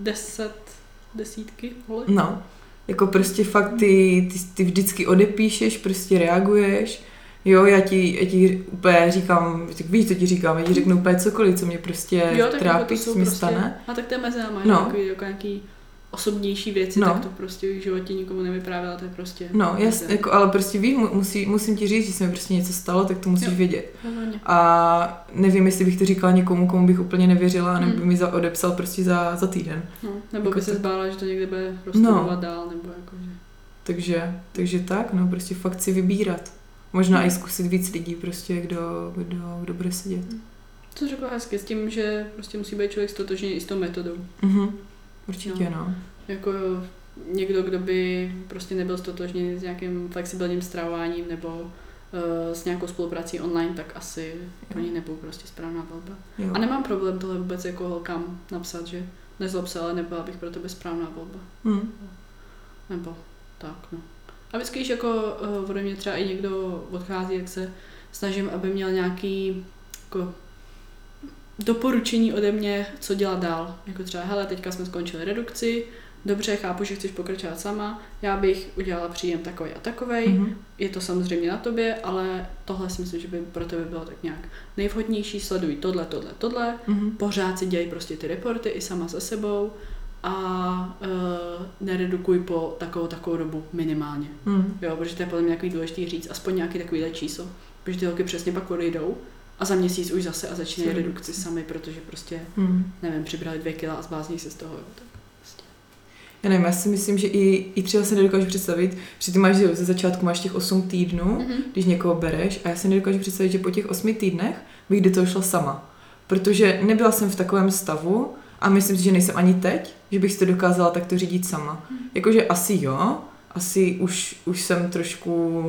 Speaker 2: desítky holek.
Speaker 1: No, jako prostě fakt ty vždycky odepíšeš, prostě reaguješ. Jo, já ti úplně říkám, tak víš, co ti říkám, já ti řeknu úplně cokoliv, co mě prostě trápí, co mi stane.
Speaker 2: A tak to je mezi náma, jako nějaký osobnější věci, tak to prostě v životě nikomu nevyprávěla, to je prostě...
Speaker 1: No, jasně, jako, ale prostě víš, musím ti říct, že se mi prostě něco stalo, tak to musíš vědět. A nevím, jestli bych to říkala někomu, komu bych úplně nevěřila, nebo by mi odepsal prostě za týden.
Speaker 2: No, nebo jako by se zbála, že to někde bude rozstudovat dál, nebo jakože...
Speaker 1: Takže tak, no, prostě fakt si vybírat. Možná i zkusit víc lidí, prostě, kdo bude sedět.
Speaker 2: To řekla hezky, s tím, že prostě musí být člověk stotožný i s tou metodou.
Speaker 1: Určitě, no.
Speaker 2: Jako někdo, kdo by prostě nebyl stotožný s nějakým flexibilním stravováním nebo s nějakou spoluprací online, tak asi pro ní nebyl prostě správná volba. Jo. A nemám problém tohle vůbec jako holkám napsat, že nezlob se, ale nebyla bych pro tebe správná volba. Nebo tak, no. A vždycky, když jako ode mě třeba i někdo odchází, jak se snažím, aby měl nějaký jako doporučení ode mě, co dělat dál. Jako třeba, hele, teďka jsme skončili redukci, dobře, chápu, že chceš pokračovat sama, já bych udělala příjem takovej a takovej, je to samozřejmě na tobě, ale tohle si myslím, že by pro tebe bylo tak nějak nejvhodnější, sleduj tohle, pořád si dělej prostě ty reporty i sama se sebou a neredukuj po takovou dobu minimálně. Jo, protože to je podle mě nějaký důležitý říct, aspoň nějaký takovýhle číslo, protože ty holky přesně pak odejdou a za měsíc už zase a začínají redukci sami, protože prostě, nevím, přibrali 2 kila a zblázní se z toho. Tak prostě.
Speaker 1: Já nevím, já si myslím, že i třeba se nedokážu představit, že ty máš ze začátku máš těch 8 týdnů, když někoho bereš a já si nedokážu představit, že po těch 8 týdnech bych do toho šla sama. Protože nebyla jsem v takovém stavu a myslím si, že nejsem ani teď, že bych si to dokázala takto řídit sama. Jakože asi jo, asi už jsem trošku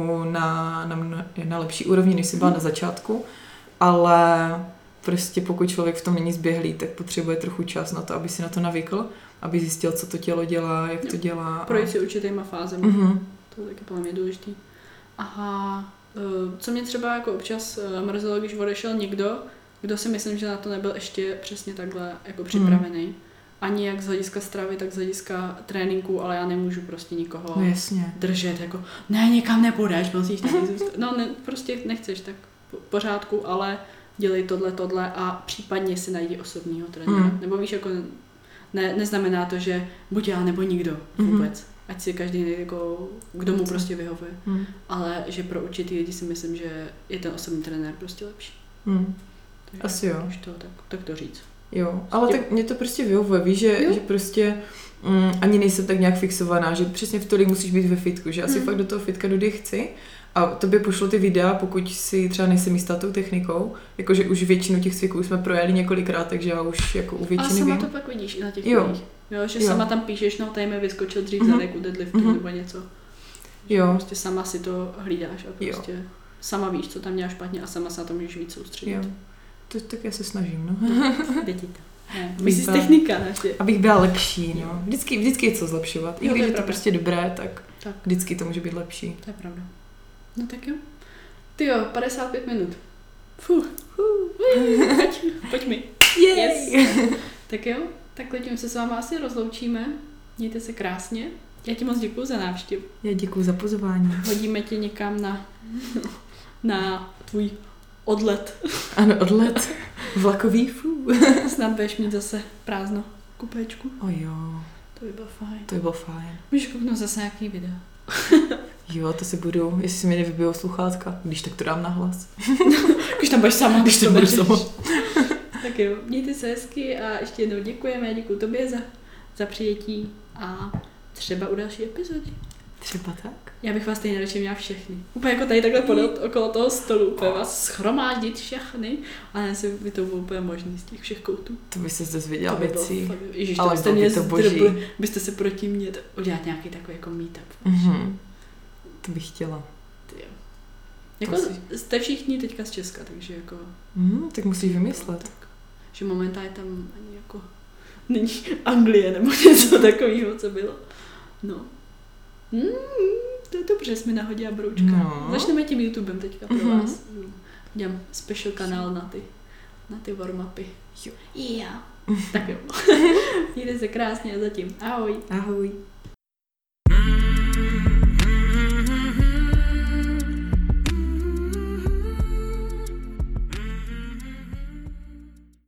Speaker 1: na lepší úrovni, než jsem byla na začátku, ale prostě pokud člověk v tom není zběhlý, tak potřebuje trochu čas na to, aby si na to navykl, aby zjistil, co to tělo dělá, jak to dělá.
Speaker 2: Projít si určitýma fázemi. To je taky podle mě důležitý. Aha, co mě třeba jako občas mrzelo, když odešel někdo, kdo si myslím, že na to nebyl ještě přesně takhle jako připravený. Ani jak z hlediska stravy, tak z hlediska tréninku, ale já nemůžu prostě nikoho držet, jako ne, nikam nepůjdeš, musíš tady zůstat. No, prostě nechceš, tak pořádku, ale dělej tohle a případně si najdi osobního trenéra. Nebo víš, jako neznamená to, že buď já nebo nikdo vůbec. Ať si každý jako, kdo mu prostě vyhovuje. Ale že pro určitý lidi si myslím, že je ten osobní trenér prostě lepší.
Speaker 1: Asi jo.
Speaker 2: Tak to říct.
Speaker 1: Jo, ale tak mě to prostě vyhovuje, víš, že prostě ani nejsem tak nějak fixovaná, že přesně v tolik musíš být ve fitku, že asi fakt do toho fitka dody chci a tobě pošlu ty videa, pokud si třeba nejsem jistá tou technikou, jakože už většinu těch cviků jsme projeli několikrát, takže já už jako u většiny vím.
Speaker 2: A sama to pak vidíš i na těch videích. Jo, že sama tam píšeš, no tady mi vyskočil dřív zadek u deadliftu nebo něco.
Speaker 1: Jo.
Speaker 2: Prostě sama si to hlídáš a prostě sama víš, co tam děláš špatně a sama se na to můžeš víc soustředit.
Speaker 1: Jo. Tak já se snažím, no.
Speaker 2: Jde ti to. Vy jsi technika naše.
Speaker 1: Abych byla lepší, no. Vždycky je co zlepšovat. I když je to prostě dobré, tak vždycky to může být lepší.
Speaker 2: To je pravda. No tak jo. Ty jo, 55 minut. Pojď mi.
Speaker 1: Yes.
Speaker 2: Tak jo, tak letím se s váma asi rozloučíme. Mějte se krásně. Já ti moc děkuju za návštěvu.
Speaker 1: Já děkuju za pozvání.
Speaker 2: Hodíme tě někam na tvůj odlet.
Speaker 1: Ano, odlet. Vlakový,
Speaker 2: Snad budeš mít zase prázdno kupéčku.
Speaker 1: Jo.
Speaker 2: To by bylo fajn.
Speaker 1: To by bylo fajn.
Speaker 2: Můžeš kouknout zase nějaký videa.
Speaker 1: Jo, to si budu, jestli si mi nevybijou sluchátka, když tak to dám na hlas.
Speaker 2: Když tam budeš sama.
Speaker 1: Když to budu sama.
Speaker 2: Tak jo, mějte se hezky a ještě jednou děkujeme, děkuju tobě za přijetí a třeba u další epizody.
Speaker 1: Třeba tak.
Speaker 2: Já bych vás tady nejradši měla všechny. Úplně jako tady takhle podat okolo toho stolu, úplně vás schromáždit všechny a ne si by to bylo úplně možný z těch všech koutů.
Speaker 1: To by se zvěděla věcí.
Speaker 2: Ježiš,
Speaker 1: ale
Speaker 2: byste mě
Speaker 1: to boží.
Speaker 2: Byste se proti mě udělat nějaký takový jako meetup.
Speaker 1: To bych chtěla.
Speaker 2: Ty jo. Jako jste všichni teďka z Česka, takže jako...
Speaker 1: Tak musíš vymyslet.
Speaker 2: Tak, že momentálně tam ani jako není Anglie nebo něco takového, co bylo. No. To je dobře, jsi mi nahodila broučka.
Speaker 1: No.
Speaker 2: Začneme tím YouTubem teďka pro vás. Dělám special kanál na ty warm-upy.
Speaker 1: Jo.
Speaker 2: Tak jo. Mějte se krásně a zatím. Ahoj.
Speaker 1: Ahoj.